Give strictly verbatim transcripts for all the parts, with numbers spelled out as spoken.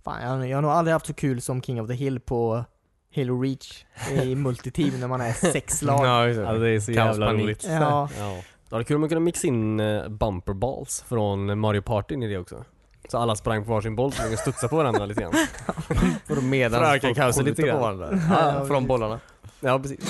Fan, jag, jag har nog aldrig haft så kul som King of the Hill på Halo Reach i multiteam när man är sex lag. Ja, just det. Alltså, det är så jävla roligt. Ja. Ja. Ja, det är kul om man kunde mixa in uh, bumper balls från Mario Party in i det också. Så alla sprang på varsin boll så de kan studsa på varandra lite grann. För de medan För att öka kaoset lite grann. på varandra. Ja, från bollarna. Ja, precis.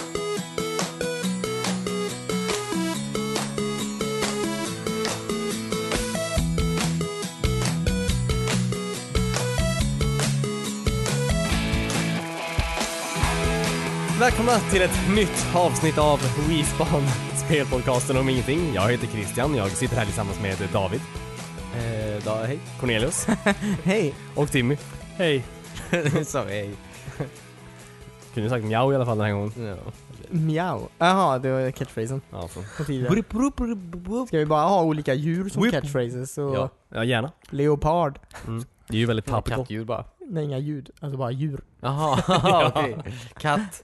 Välkomna till ett nytt avsnitt av Respawn, spelpodcasten om ingenting. Jag heter Christian, jag sitter här tillsammans med David. Eh, då, hej. Cornelius. Hej. Och Timmy. Hej. Så hej. Kunde sagt mjau i alla fall den här gången. Ja. Miau. Jaha, det var catchphrasen. Ja, från. På tiden. Ska vi bara ha olika djur som Whip. catchphrases? Så Ja, ja, gärna. leopard. Mm. Det är ju väldigt topical. Kattljud bara. Nej, inga ljud. Alltså bara djur. Jaha, okej. Katt.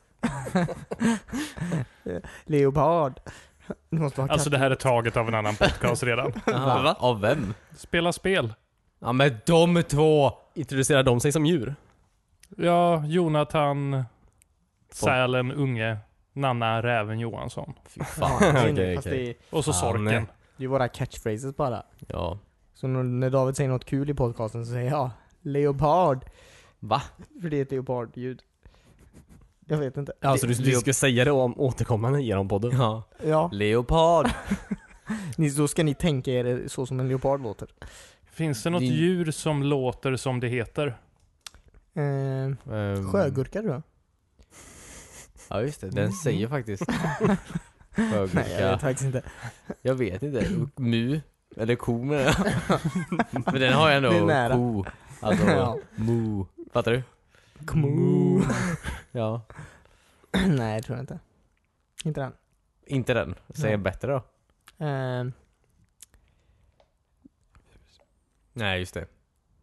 Leopard. Det måste vara Alltså det här är taget av en annan podcast redan. Jaha. Va? Av vem? Spela spel. Ja, men de två. Introducerar de sig som djur? Ja, Jonathan, Sälen, Unge, Nanna, Räven, Johansson. Fy fan. Okej, okay, fast okej. det, är, Och så Fan, Sorken. nej. det är våra catchphrases bara. Ja. Så när, när David säger något kul i podcasten så säger jag leopard. Va? För det är ett leopardljud. Jag vet inte. Alltså du, du ska säga det om återkommande genom podden. Ja. Ja, Leopard. ni, då ska ni tänka er det så som en leopard låter. Finns det något Din- djur som låter som det heter? Eh, Um, sjögurka tror jag. Ja, just det. Den säger faktiskt sjögurka. Nej, jag vet faktiskt inte. Jag vet inte. Mu. Eller ko med det. Men den har jag Det är ändå nära. ko. Alltså, Ja. mu. Fattar du? Moo. Ja. Nej, jag tror inte. Inte den. Inte den. Säg en bättre då. Eh, Nej, just det.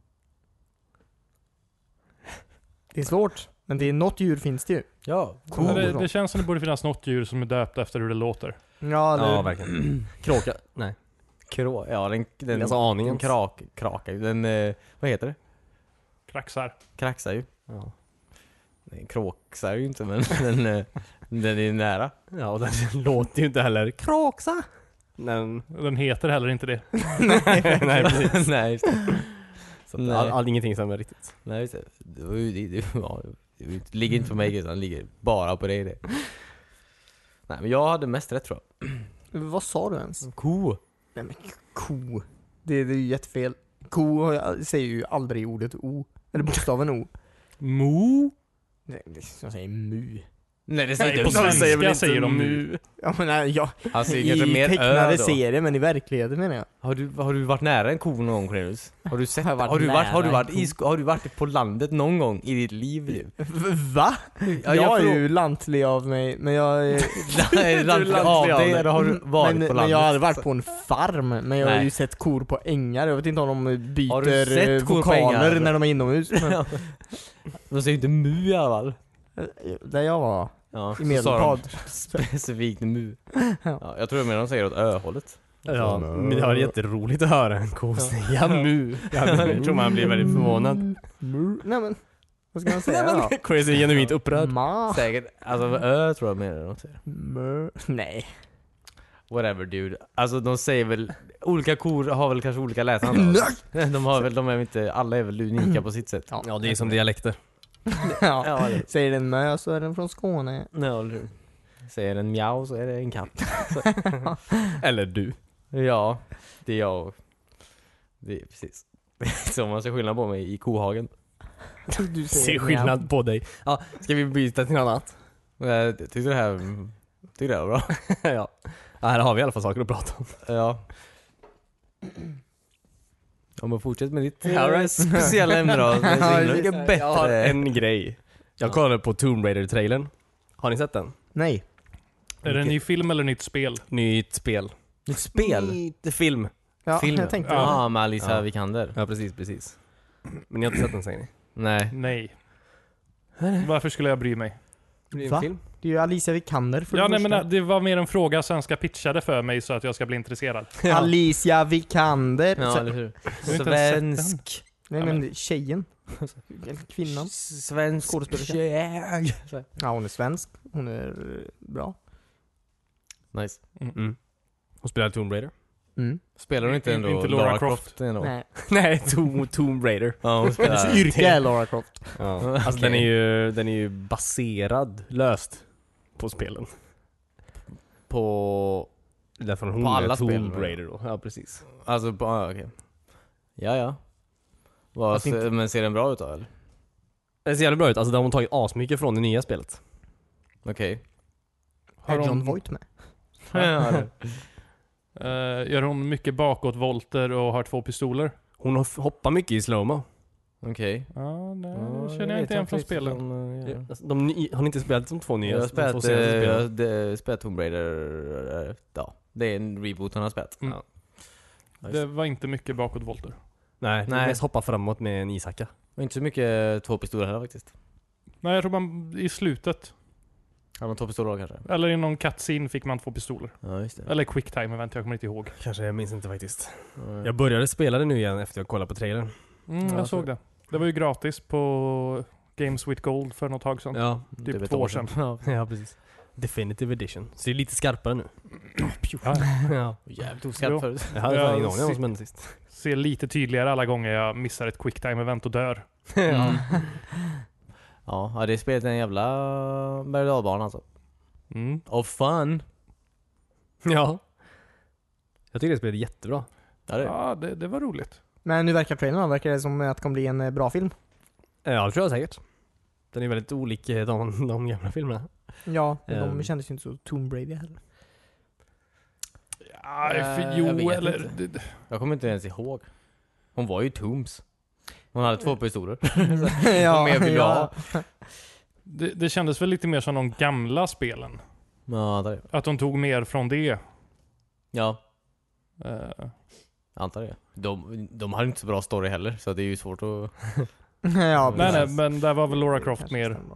det är svårt. Men det är något djur finns det ju. Ja. Ko. Men det, det känns som det borde finnas något djur som är döpt efter hur det låter. Ja, eller, Ja, verkligen. Kråka. Nej. Krå. Ja, den... den Alltså aningen. Den krak, krakar ju. Den... Eh, vad heter det? Kraxar. Kraxar ju. Ja. Den kråksar ju inte, men den, eh, den är nära. Ja, och den låter ju inte heller kråksa. Men Den heter heller inte det. nej, precis. Nej, just det. Så att Nej. all, all, ingenting som är riktigt. Nej, just det. Det, var ju, det, det, ja, det ligger inte på mig, utan det ligger bara på dig det. Nej, men jag hade mest rätt tror jag. vad sa du ens? Ko. Nej men ko. Det, det är ju jättefel. Ko har jag- säger ju aldrig ordet o. Eller bokstaven o. Mo? Nej, det- jag säger mu. Nej, det Nej, säger på inte. svenska säger de mu. Ja men nej, jag, Han säger i kanske mer tecknade ö då. serier, men i verkligen menar jag. Har du, har du varit nära en ko någon gång, Cornelius? Har du sett? Har jag varit har du varit, har du nära varit en i, ko? sko- har du varit på landet någon gång i ditt liv? Du? V- Va? Ja, jag är frå- ju lantlig av mig, men jag är... Nej, lantlig av dig, eller har du varit men, på men landet? jag har aldrig varit på en farm. Men jag har Nej. ju sett kor på ängar. Jag vet inte om de Har byter du sett eh, kor på vokaler ängar? när de är inomhus. Men, De säger inte mu i alla fall. där jag var, Ja, i så Medelpad. sa de specifikt mu. Ja. Ja, jag tror jag menar de säger åt ö-hållet. Ja, men det var jätteroligt att höra en ko säga mu. Jag tror man blir väldigt förvånad. Mu. Nej men, vad ska man säga då? Crazy är genuint upprörd. Ma. Säkert, alltså ö tror jag menar de säger. Mu. Nej. Whatever dude. Alltså de säger väl, olika kor har väl kanske olika läsande. De har väl, de är väl inte, alla är väl unika på sitt sätt. Ja. Ja, det är som dialekter. Ja. Ja, det. Säger den mö så är den från Skåne. Ja, eller hur? Säger en mjau så är det en katt. Eller du. Ja, det är jag. Det är precis. Så man ser skillnad på mig i kohagen. Du Se skillnad på dig. Ja, ska vi byta till något annat? Jag tyckte det här, tyckte det här var bra. Ja. Ja, här har vi i alla fall saker att prata om. Ja. Om man fortsätter med ditt All right. speciella ämne då. Det är så himla mycket bättre. Jag har en grej. Jag kollade på Tomb Raider-trailern. Har ni sett den? Nej. Är det en ny film eller nytt spel? Nytt spel. Nytt spel? Nytt film. Ja, Film. jag tänkte Ja. det. Ja, med Alicia Ja. Vikander. Ja, precis, precis. Men ni har inte sett den, säger ni? Nej. Nej. Varför skulle jag bry mig? Det är Va? en film. Det är ju Alicia Vikander för Ja, det nej, första. men det var mer en fråga svenska pitchade för mig så att jag ska bli intresserad. Alicia Vikander. Ja, Så- eller hur? har inte ens sett Svensk. Nej men tjejen. Kvinnan. Svensk Skådespelerska. tjej. Ja, hon är svensk. Hon är eh, bra. Nice. Mm. Hon spelar Tomb Raider. Mm. Spelar hon inte In- ändå inte Lara, Lara Croft? Croft. ändå? Nej. Nej, Tomb, Tomb Raider. Ja, hon spelar... Hennes yrke är Lara Croft. Ja. Alltså Okej. den är ju den är ju baserad löst på spelen. På... Därför hon På alla är Tomb spel, men- Raider då. Ja, precis. Alltså, på, ah, okej. Ja, ja. Vad, Fast inte- se, men ser den bra ut då, eller? Det ser jävligt bra ut. Alltså de har tagit asmycket från det nya spelet. Okej. Har Är John hon- Voight med? Ja, det- Eh, gör hon mycket bakåtvolter och har två pistoler? Hon har- hoppar mycket i slowmo. Okej. Ja, det Ja, känner jag vet inte igen från riktigt spelen. om, eh, ja. Alltså, de, ny- har ni inte spelat de två nya? Jag har de spelat, två eh, senaste spelen? jag har de- spelat Tomb Raider, eh, ja. Det är en reboot hon har spelat. Mm. Ja. Ja, just Det det. var inte mycket bakåtvolter. Nej, Nej. mest hoppa framåt med en ishacka. Och inte så mycket två pistoler heller faktiskt. Nej, jag tror man i slutet, Har man två pistoler då, kanske? eller i någon cutscene fick man två pistoler. Ja, just det. Eller quick time event, jag kommer inte ihåg. Kanske, jag minns inte faktiskt. Ja. Jag började spela det nu igen efter jag kollade på trailern. Mm, Ja, jag så- såg det. Det var ju gratis på Games with Gold för något tag sedan. Ja, Det typ vet två jag år också. sedan. Ja. ja precis. Definitive edition. Så det är lite skarpare nu. Ja. Ja. Jävligt Jo. oskarpt förut. Jag hade Ja, fan ingen aning om vad si- som hände sist. Ser lite tydligare alla gånger jag missar ett quick time event och dör. Ja. Ja, ja, det spelet är en jävla berg- och dalbana alltså. Mm. Och fun! Ja. Jag tycker det spelet är jättebra. Ja, det. Ja, det, det var roligt. Men nu verkar trailern verkar det som att det kommer bli en eh, bra film. Ja, det tror jag säkert. Den är väldigt olik eh, de, de gamla filmerna. Ja, men de Ehm. kändes ju inte så Tomb Raider heller. Ja, Eh, för, jag jo, vet eller... inte. Det, Jag kommer inte ens ihåg. Hon var ju Tombs. Hon hade två pistoler. ja, mer vill du ha? det, det kändes väl lite mer som de gamla spelen. Ja, det är det. Att de tog mer från det. Ja, Eh, jag antar det. De, de har inte så bra story heller, så det är ju svårt att... ja, nej, nej, precis. men där var väl Lara Det Croft kanske mer stämmer.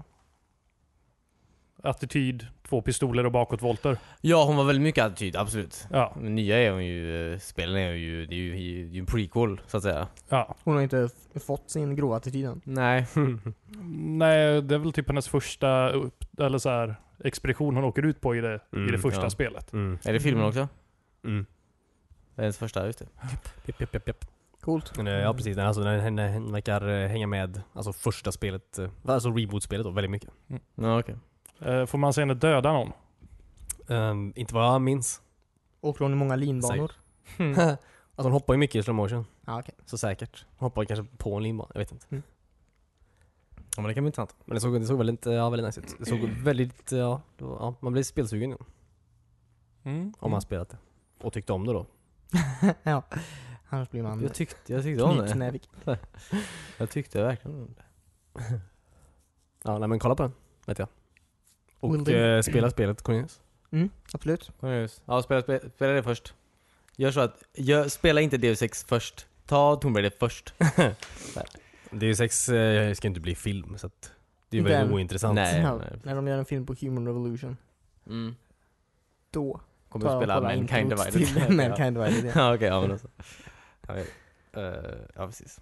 attityd, två pistoler och bakåtvolter. Ja, hon var väldigt mycket attityd, absolut. Ja, Men nya är hon ju, eh, spelen är ju, det är ju, det är ju en prequel, så att säga. ja. Hon har inte f- fått sin grova attityd än. Nej. Nej, det är väl typ hennes första upp, eller så här, expedition hon åker ut på i det, i det Mm, första ja. spelet. Mm. Är det filmen också? Mm. Det är ens första, just det. Japp, japp, japp, japp. Coolt. Men, eh, ja, precis. Den, alltså, den, den, den verkar eh, hänga med alltså första spelet, eh, alltså reboot-spelet då, väldigt mycket. Ja, okej. Eh, får man se henne döda någon? Um, inte vad jag minns. Åker hon i många linbanor? Alltså hon hoppar ju mycket i slow motion. Ja, okej. Så säkert. Hon hoppar kanske på en linbana, jag vet inte. Ja, men det kan bli intressant. Men det såg, det såg väldigt, ja, väldigt nice ut. Det såg väldigt, ja, det var, ja man blir spelsugen igen, Mm. om man spelat det. Och tyckte om det då. ja. Annars blir man Jag tyckte, jag tyckte om det. knytnävig. Jag tyckte verkligen om det. Ja, nej men kolla på den, vet jag. Will Och do. eh, spela spelet Cornelius. Mm, absolut. Cornelius. Ja, spela, spela, spela det först. Gör så att, gör, spela inte D sex först. Ta Tomb Raider först. Det är ju sex, eh, ska inte bli film så att det är Inte väldigt än. ointressant. Nej. Ja, när de gör en film på Human Revolution, Mm. då Kommer tar du jag spela kolla Mankind introt Divided? till Mankind Divided. ja. Ja, okej, ja men alltså. Ja, uh, ja precis.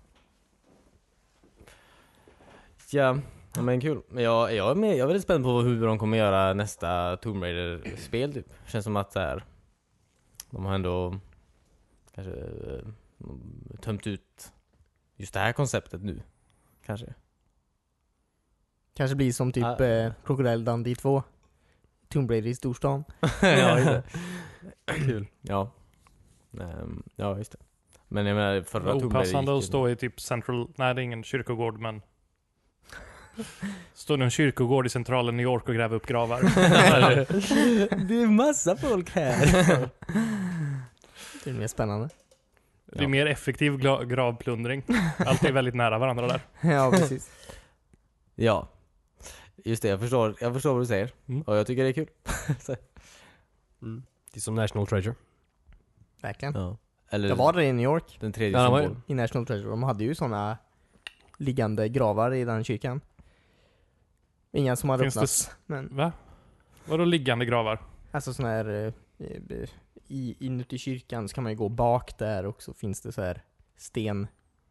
Ja, ja, men kul. Men jag, jag, är med, jag är väldigt spänd på hur de kommer göra nästa Tomb Raider-spel typ. Känns som att så här, de har ändå kanske uh, tömt ut just det här konceptet nu. Kanske. Kanske blir som typ Ah. eh, Crocodile Dundee två. Tomb Raider i storstan. Ja, just det. Kul. Ja. Um, ja, just det. Men jag menar, förra Tomb Raider Opassande gick att ju- stå i typ Central... Nej, det är ingen kyrkogård, men... Står i en kyrkogård i centrala New York och gräver upp gravar. Det är massa folk här. Det är mer spännande. Det är mer effektiv gla- gravplundring. Allt är väldigt nära varandra där. Ja, precis. Ja. Just det, jag förstår, jag förstår vad du säger. Mm. Och jag tycker det är kul. Mm. Det är som National Treasure. Verkligen. Ja. Eller Jag var där i New York, den tredje Ja, det var symbolen. i National Treasure. De hade ju såna liggande gravar i den kyrkan. Inga som hade Finns det öppnats. s- Men Va? Vadå liggande gravar? alltså såna här eh, eh, i, inuti kyrkan så kan man ju gå bak där och så finns det så här sten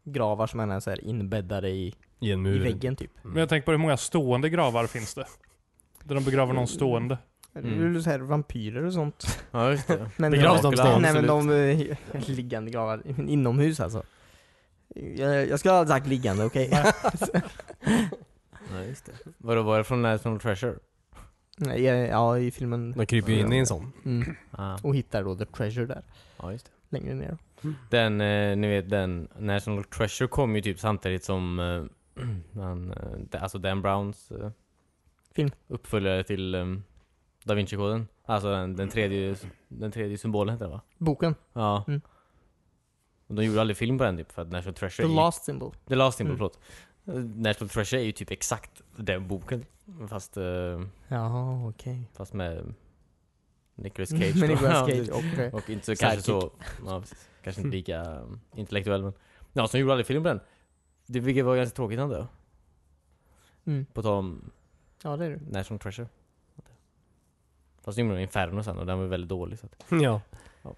gravar som är så här inbäddade i, I en i mur. väggen typ. Men jag tänker på hur många stående gravar finns det? Där de begraver någon stående. Mm. Det är så här vampyrer och sånt. Ja, just det. Men Begravs de stående? Nej men de eh, liggande gravar inomhus alltså. Jag, jag skulle ha sagt liggande, okej? Okay? Ja, just det. Vadå, var det från National Treasure? ja, ja, i filmen. De kryper ju in i en sån. Mm. Ah. Och hittar då The Treasure där. Ja, just det. Längre ner. Den, eh, ni vet, den National Treasure kom ju typ samtidigt som eh, man, eh, alltså Dan Browns eh, Film. uppföljare till eh, Da Vinci-koden. Alltså den, den, tredje, den tredje symbolen heter det, va? Boken. Ja. Mm. Och de gjorde aldrig film på den typ, för att National Treasure The är, Last Symbol. The Last Symbol, Mm. förlåt. National Treasure är ju typ exakt den boken. Fast, eh, Jaha, okej. fast med Nicolas Cage. Med då. Nicolas Ja, Cage och... eh, Och inte så, kanske Sidekick. så, ja, precis. Kanske inte lika um, intellektuell, men ja, så gjorde aldrig film på den. Det vilket var ganska tråkigt ändå. Mm. På tal om Ja, det är det. National Treasure. Fast gjorde de Inferno sen och den var väldigt dålig så att. Ja. Ja.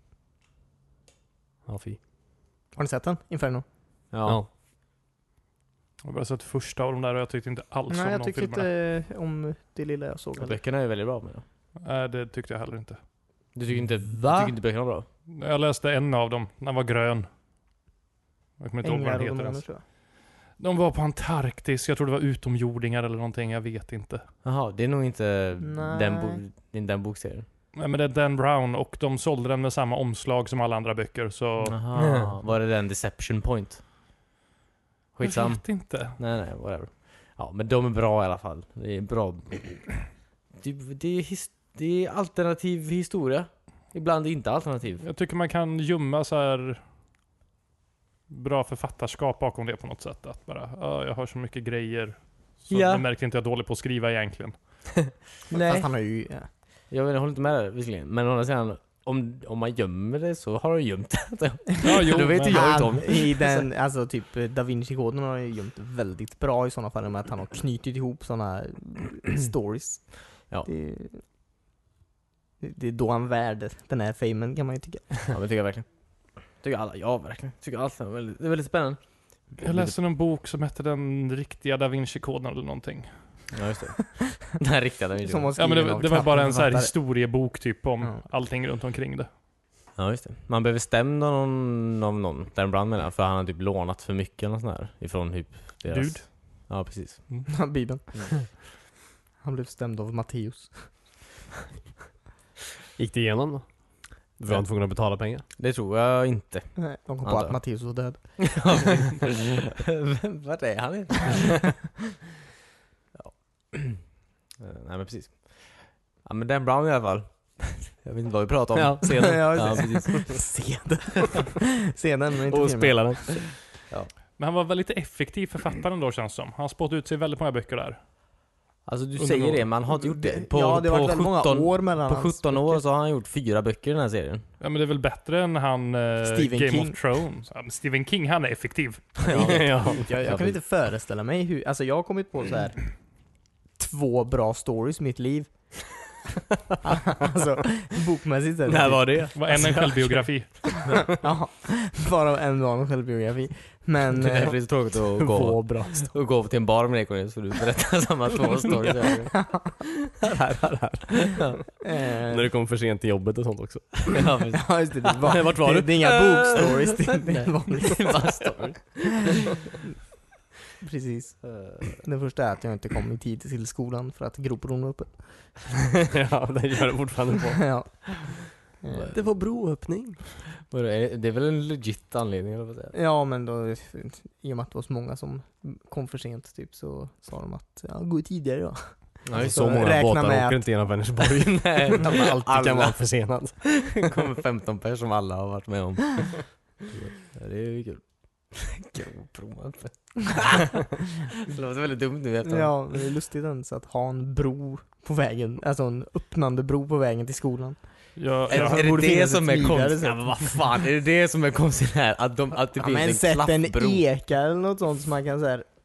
Ja, fy. Har ni sett den? Inferno? Ja. Ja. Jag har bara sett första av dem där och jag tyckte inte alls Nej, om jag de tyckte filmerna. inte om det lilla jag såg. Och heller. böckerna är väldigt bra med det. Nej, det tyckte jag heller inte. Du tycker inte, Va? du tycker inte böckerna var bra? Jag läste en av dem, den var grön. Jag kommer inte ihåg vad Änglar den och heter demoner, ens. tror jag. De var på Antarktis, jag tror det var utomjordingar eller någonting, jag vet inte. Jaha, det är nog inte Nej. den, bo- det är den bokserien. Nej, men det är Dan Brown och de sålde den med samma omslag som alla andra böcker, så... Jaha, var det den Deception Point? Skitsam. Jag vet inte. Nej, nej, whatever. Ja, men de är bra i alla fall. Det är bra. Det, det, är, his, det är alternativ historia. Ibland inte alternativ. Jag tycker man kan gömma så här bra författarskap bakom det på något sätt. Att bara, ja, jag har så mycket grejer. Så Ja. det märker inte jag är dålig på att skriva egentligen. Nej. Fast han har ju... Ja. Jag, vet, jag håller inte med där, visserligen. Men å andra sidan, om, om man gömmer det så har du gömt det. Ja, jo, Då vet men- ju jag Han- inte om. I den, alltså typ Da Vinci-koden har ju gömt väldigt bra i sådana fall med att han har knutit ihop sådana stories. Ja. Det, det är då han värd den här famen kan man ju tycka. Ja, men tycker jag verkligen. Tycker alla, ja verkligen. Tycker allt är väldigt, det är väldigt spännande. Jag läste en bok som hette Den riktiga Da Vinci-koden eller någonting. Ja, just det. Den här riktiga där Som var Ja, men skriven det, av det var bara en så här författare. historiebok typ om Ja. allting runt omkring det. Ja, just det. Man blev stämd av någon, av någon Dan Brown menar, för han har typ lånat för mycket eller något sånt här ifrån typ deras... Gud. Ja, precis. Ja, Bibeln. Mm. Han blev stämd av Matteus. Gick det igenom då? Du var Ja. inte tvungen att betala pengar. Det tror jag inte. Nej, de kom på Antar att jag. Matteus var död. Vart är han? Ja. Eh, Nej, men precis. Ja, men Dan Brown i alla fall. Jag vet inte vad vi pratar om. Ja, scenen. Ja, Ja, precis. precis. Se den. Se den, men inte Och filmen. spelaren. Men han var väldigt effektiv författaren då, känns som. Han har spått ut sig väldigt många böcker där. Alltså du Under säger några- det, man har inte gjort det. På, ja, det har på varit väldigt många sjutton, år mellan på hans sjutton år böcker. så har han gjort fyra böcker i den här serien. Ja, men det är väl bättre än han eh, Stephen Game King. of Thrones. Ja, men Stephen King, han är effektiv. Ja. Jag, jag Ja, kan inte föreställa mig hur, alltså jag har kommit på så här två bra stories i mitt liv. Alltså bokmässigt är det När typ- var det? Var en en självbiografi. Ja, bara en var en självbiografi. Men Det är eh, därför det är så tråkigt att Två gå, bra. att gå till en bar med dig Cornelius, för du berättar samma två stories. När eh, du kom för sent till jobbet och sånt också. Ja, precis. ja, just det, det var, Vart var det, du? det är inga bokstories, det, det Nej. var Det är bara stories. precis. Den första är att jag inte kom i tid till skolan för att gropbron var uppe. Ja, det gör det fortfarande på. Ja. Eh, Det var broöppning. Vadå, är det- Det är väl en legit anledning eller vad säga. Ja, men då, i och med att det var så många som kom för sent typ, så sa de att ja, gå tidigare då. Ja, just Så Så många räkna båtar med åker att- inte genom Vänersborg. Nej, Man alltid alla. kan vara försenad. Det kommer femton personer som alla har varit med om. Ja, det är ju kul. GoPro. Det låter väldigt dumt nu efter. Ja, det är lustigt ens att ha en bro på vägen, alltså en öppnande bro på vägen till skolan. Jag, Är, jag, är det borde det finnas som ett är smidigare konstigt? sätt. Ja, men vad fan, är det det som är konstigt här? Att, de, att det Ja, men finns en sätt en klappbro? eka eller något sånt som man kan så här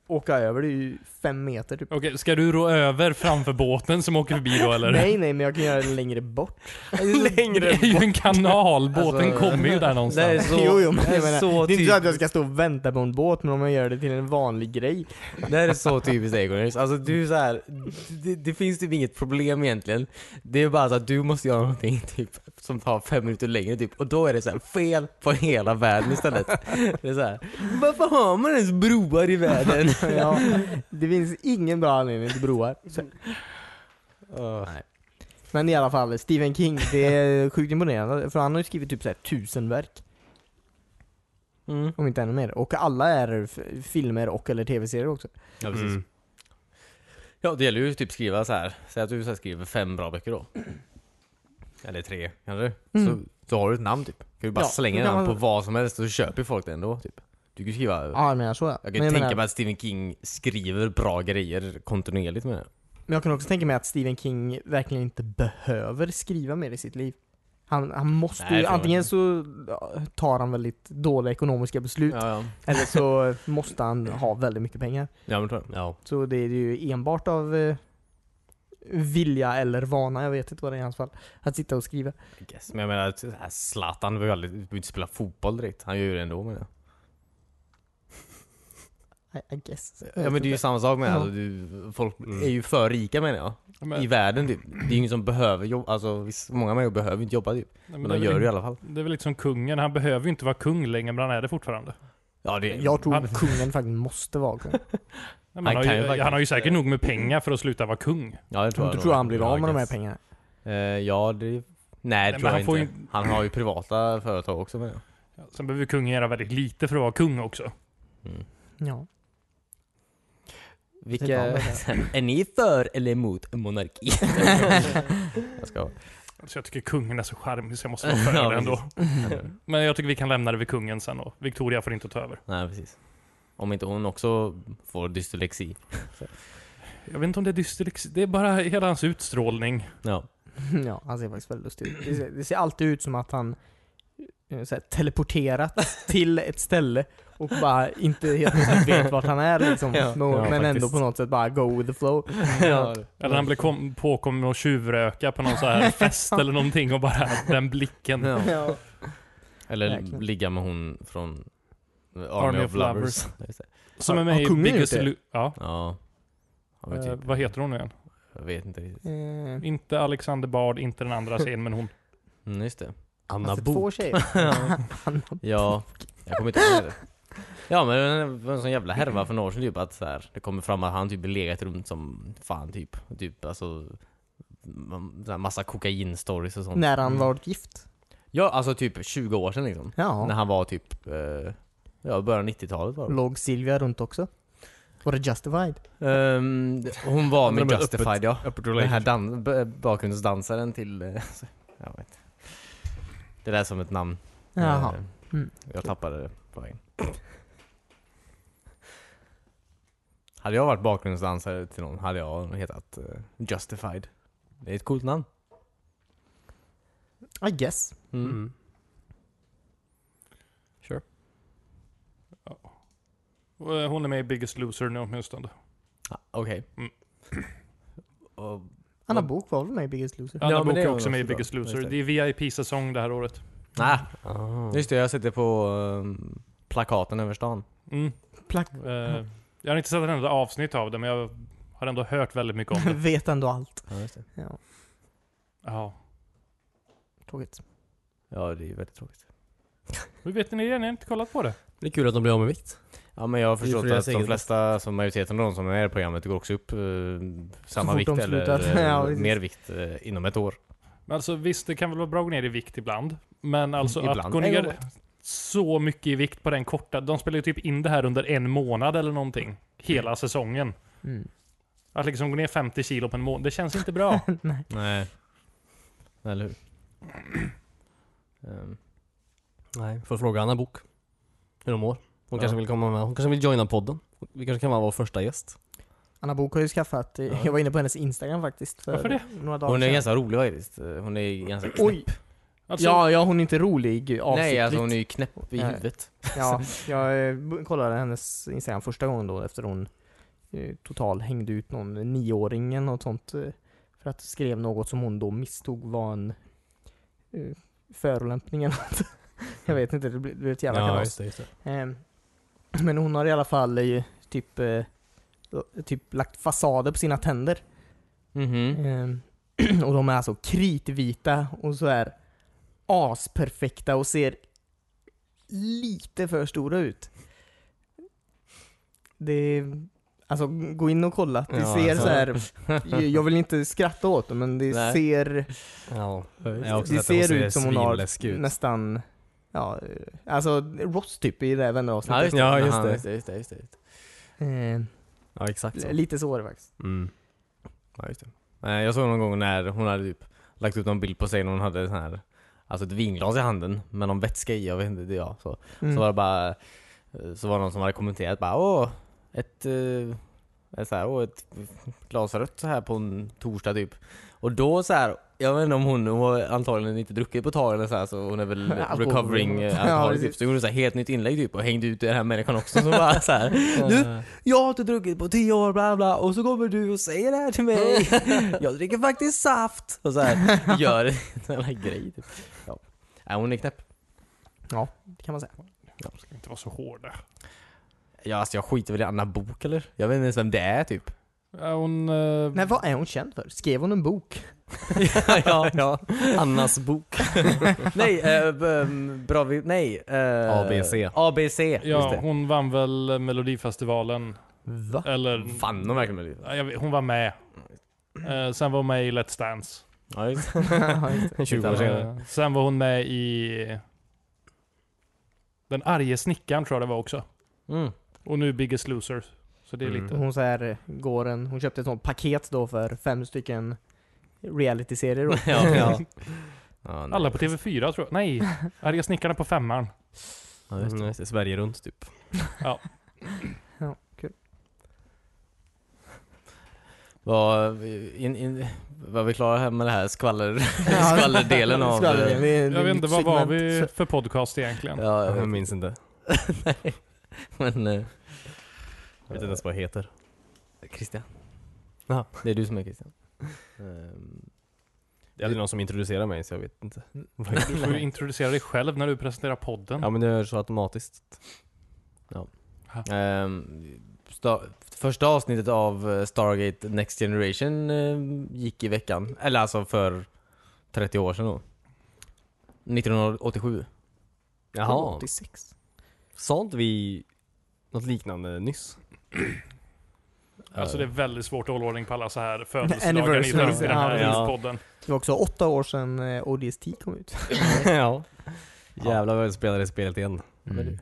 åka över, det är ju fem meter typ. Okej, ska du rå över framför båten som åker förbi då eller? Nej, nej, men jag kan göra det längre bort. Längre Det är ju en kanal, båten Alltså, kommer ju där någonstans. det är så- jo, jo, men det är jag menar, så det är inte så att jag typiskt. ska stå och vänta på en båt, men om jag gör det till en vanlig grej. Det här är så typiskt Egon. Alltså du är så här, det, det finns typ inget problem egentligen. Det är bara så att du måste göra någonting typ som tar fem minuter längre typ. Och då är det så här fel på hela världen istället. Det är så här, varför har man ens broar i världen? Ja, det finns ingen bra anledning till broar. Så. Oh. Nej. Men i alla fall, Stephen King, det är sjukt imponerande. För han har ju skrivit typ så här tusen verk. Mm. Om inte ännu mer. Och alla är f- filmer och eller tv-serier också. Ja, precis. Mm. Ja, det gäller ju typ skriva så här. Säg att du så här skriver fem bra böcker då. Eller tre, kanske. Mm. Så, så har du ett namn typ. Kan du bara Ja, slänga då kan namn man- på vad som helst och så köper folk det ändå typ. Du kan ju skriva... Ja, jag menar så. Ja. Jag Men kan jag, tänka menar, mig att Stephen King skriver bra grejer kontinuerligt med det. men jag kan också tänka mig att Stephen King verkligen inte behöver skriva mer i sitt liv. Han, han måste Nej, ju, jag tror antingen inte. så tar han väldigt dåliga ekonomiska beslut. Ja, ja. Eller så måste han ha väldigt mycket pengar. Ja, men tror jag. Ja. Så det är ju enbart av eh, vilja eller vana, jag vet inte vad det är i hans fall, att sitta och skriva. I guess. Men jag menar, så här, Zlatan behöver ju aldrig behöver inte spela fotboll direkt. Han gör ju det ändå med det. I, I guess. Ja, men det är ju samma sak med Ja. alltså, du, folk är ju för rika menar jag. Men, I världen typ. Det är ju ingen som behöver jobba. Alltså, visst, många människor behöver inte jobba typ. men Men det de är gör väl- det i alla fall. Det är väl lite som kungen, han behöver ju inte vara kung längre men han är det fortfarande. Ja, det Jag tror Han- kungen faktiskt måste vara kung. Nej, men Han han, kan har ju ju, faktiskt- han har ju säkert nog med pengar för att sluta vara kung. Ja, det tror Jag jag. tror nog. han blir av med de här guess. pengarna. Eh, ja, det... Nej, Nej, det men tror jag han får inte. Han har ju privata företag också med det. Ja, sen behöver kungen göra väldigt lite för att vara kung också. Mm. Ja. Vilka... Det är är ni för eller emot monarki? jag ska... Så jag tycker kungen är så charmig så jag måste vara för Ja, det ändå. precis. Men jag tycker vi kan lämna det vid kungen sen och Victoria får inte ta över. Nej, precis. Om inte hon också får dyslexi. Jag vet inte om det är dyslexi, det är bara hela hans utstrålning. Ja. Ja, han ser faktiskt väldigt lustig ut. Det ser, det ser alltid ut som att han eh, så här, teleporterats till ett ställe och bara inte helt plötsligt vet vart han är liksom. Ja, men ja, men ändå faktiskt. på något sätt bara go with the flow. ja. Eller han blir kom, påkommen med att tjuvröka på någon så här fest eller någonting och bara den blicken. Ja. Ja. Eller Verkligen. ligga med hon från Army, Army of, of Lovers. Lovers. Just det. Som är Har- med har i kungen Biggest gjort det? Lu- Ja. Ja. Ja, men Eh, typ. vad heter hon nu igen? Jag vet inte riktigt. Eh, Inte Alexander Bard, inte den andra scenen, men hon. Mm, just det. Anna alltså Bok. två tjejer. Han- Ja, jag kommer inte ihåg det. Ja, men det var en sån jävla härva för några år sedan typ att så här, det kommer fram att han typ legat runt som fan typ. Typ alltså så här massa kokain-stories och sånt. När han Mm. var gift. Ja, alltså typ tjugo år sedan liksom. Ja. När han var typ eh, ja, början av nittiotalet var det. Låg Silvia runt också. Var det Justified? Ehm, hon var med de är Justified, öppet- ja. öppet Den här relationship. dan- b- bakgrundsdansaren till... eh, jag vet. Det där är som ett namn. Jaha. Eh, Mm. Jag tappade det på vägen. Hade jag varit bakgrundsdansare till någon hade jag hetat uh, Justified. Det är ett coolt namn. I guess. Mm. Mm. Sure. Och, eh, Hon är med i Biggest Loser nu åtminstone. Ah, Okej. Mm. Och- Anna och- Bok var väl med i Biggest Loser? Anna Ja, men Bok det är är också hon med i också Biggest bra. Loser. Just det. Det är V I P-säsong det här året. Ah, Ah. just det, jag har sett det på um, plakaten över stan. Mm. Plack. Eh, jag har inte sett ett enda avsnitt av det, men jag har ändå hört väldigt mycket om det. Vet ändå allt. Ja, just det. Ja, Ja. tråkigt. Ja, det är ju väldigt tråkigt. Hur vet ni det? Ni har inte kollat på det. Det är kul att de blir av med vikt. Ja, men jag har Det är förstått för deras att de eget flesta, som majoriteten av de som är med i programmet, går också upp eh, samma fort vikt de eller slutar. eh, Ja, precis. mer vikt eh, inom ett år. Men alltså visst, det kan väl vara bra att gå ner i vikt ibland. Men alltså Mm, att ibland. gå En gång. ner så mycket i vikt på den korta... De spelar ju typ in det här under en månad eller någonting. Hela säsongen. Mm. Att liksom gå ner femtio kilo på en månad, det känns inte bra. Nej. Nej. Eller hur? um, Nej, får fråga Anna Bok hur de mår. Hon Ja. kanske vill komma med. Hon kanske vill joina podden. Vi kanske kan vara vår första gäst. Anna Bok har ju skaffat, eh, Ja. jag var inne på hennes Instagram faktiskt för Varför det? några dagar hon är sedan. ganska rolig faktiskt. Hon är ganska knäpp. Oj! Alltså, Ja, ja, hon är inte rolig avsiktligt. Nej, alltså hon är ju knäpp i Nej. huvudet. Ja, jag eh, b- kollade hennes Instagram första gången då efter hon eh, total hängde ut någon nioåring eller något sånt eh, för att skrev något som hon då misstog var en eh, förolämpning eller något. Jag vet inte, det blev, det blev ett jävla Ja, kalas. just det, just det. Eh, men hon har i alla fall eh, typ eh, typ lagt fasader på sina tänder. Mhm. Eh, och de är alltså kritvita och så är asperfekta och ser lite för stora ut. Det alltså gå in och kolla. Det Ja, ser alltså. så här. Jag vill inte skratta åt det, men det Nej. ser Ja. Jag har också det sett att ser ut som hon har svinläskig ut. nästan ja, eh, alltså Ross typ i det här vänneravsnittet. Ja, Ja, just det. just Aha, det. just det, just det, just det. Just det. Eh, Ja, exakt så. lite så är det faktiskt. Mm. Ja, just det. Nej, jag såg någon gång när hon hade typ lagt ut någon bild på sig när hon hade sån här, alltså ett vinglas i handen med någon vätska i, jag vet inte, det ja. Så, Mm. så var det bara, så var det någon som hade kommenterat bara, åh, ett, eh, ett, så här, åh, ett glas rött så här på en torsdag typ. Och då så här, jag vet inte om hon, hon har antagligen inte druckit på tag eller så här, så hon är väl Alkohol. recovering Ja, eh, alkoholic typ. precis. Så gjorde hon så här helt nytt inlägg typ och hängde ut den här människan också som bara så här, du, jag har inte druckit på tio år bla bla och så kommer du och säger det här till mig. Jag dricker faktiskt saft och så här gör en sån här grej typ. Ja. Ja, hon är knäpp. Ja, det kan man säga. de ska inte vara så hårda. Ja, alltså jag skiter väl i Anna Bok eller? Jag vet inte ens vem det är typ. Ja, hon... eh, Nej, vad är hon känd för? Skrev hon en bok? ja, ja. Annas bok. nej, äh, b- bra vi, nej. äh, A B C. A B C, just Ja, det. hon vann väl Melodifestivalen. Va? Eller... Vann hon verkligen med Ja, jag vet, hon var med. Eh, sen var hon med i Let's Dance. Ja, just Ja, just det. tjugo år senare. Eh, sen var hon med i... Den arge snickaren tror jag det var också. mm. Och nu Biggest Loser. Så det är Mm. lite... Hon så här går en, hon köpte ett sånt paket då för fem stycken reality-serier då. ja, ja. ja nej. Alla på T V fyra tror jag. Nej, arga snickaren på femman. Ja, just det. Mm, just det. Sverige runt typ. Ja, kul. Var, in, in, var vi klara här med det här skvaller, Ja. skvallerdelen av... Skvallerdelen, det är en Jag vet inte, vad var segment. vi för podcast egentligen? Ja, jag Jag vet, minns inte. nej. Men... eh, Jag vet inte ens vad jag heter. Christian. Jaha. Det är du som är Christian. Ehm, Det är aldrig någon som introducerar mig så jag vet inte. Vad jag Du får ju introducera dig själv när du presenterar podden. Ja men det är så automatiskt. ehm, sta, första avsnittet av eh, Stargate Next Generation eh, gick i veckan. Eller alltså för trettio år sedan då. nittonhundraåttiosju. Jaha. åttiosex. Sånt vi något liknande nyss. Alltså det är väldigt svårt att hålla ordning på alla så här födelsedagar i, Anniversary. den- i den här Ja. podden. Det var också åtta år sedan eh, O D S T kom ut. ja. Jävlar vad jag spelar det spelet igen. Mm.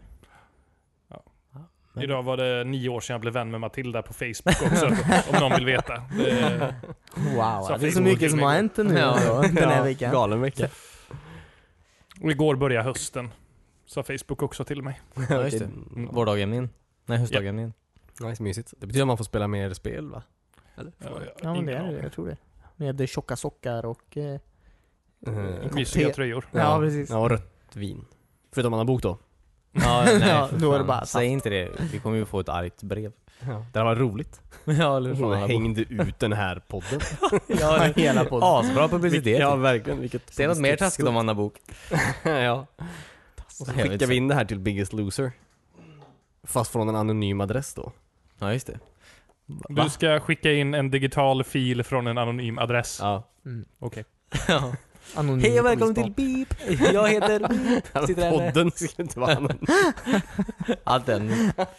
Idag var det nio år sedan jag blev vän med Matilda på Facebook också, om någon vill veta. Det, Wow, Så det är så Facebook mycket som igår. har hänt nu Ja. då, den här veckan. Galen vecka. och igår började hösten, sa Facebook också till mig. Ja, just det. Mm. Vårdagjämningen. Nej, höstdagjämningen. Nice, mysigt. Det betyder att man får spela mer spel va? Eller? Ja, Ja, men det ingen är det, aning. jag tror det. Med tjocka sockar och... Eh, Mm. kopp Mysiga te. tröjor. Ja, precis. Ja, och rött vin. Förutom Anna Bok då. Ja, nej, Ja, för då är det fan. bara Säg inte det. Vi kommer ju få ett argt brev. Ja. Det var roligt. ja, eller Hon hängde ut den här podden. Ja, det- hela podden. Asbra publicitet. Ja, verkligen. Vilket Säg något mer taskigt om Anna Bok. ja. Och så skickar vi in det här till Biggest Loser. Fast från en anonym adress då. Ja, just det. Du ska skicka in en digital fil från en anonym adress. Ja. Mm. Okej. Ja. Anonym Hej och välkommen polisman. till Beep. Jag heter Beep. Sitter här med. Podden ska inte vara anonym. Allt den.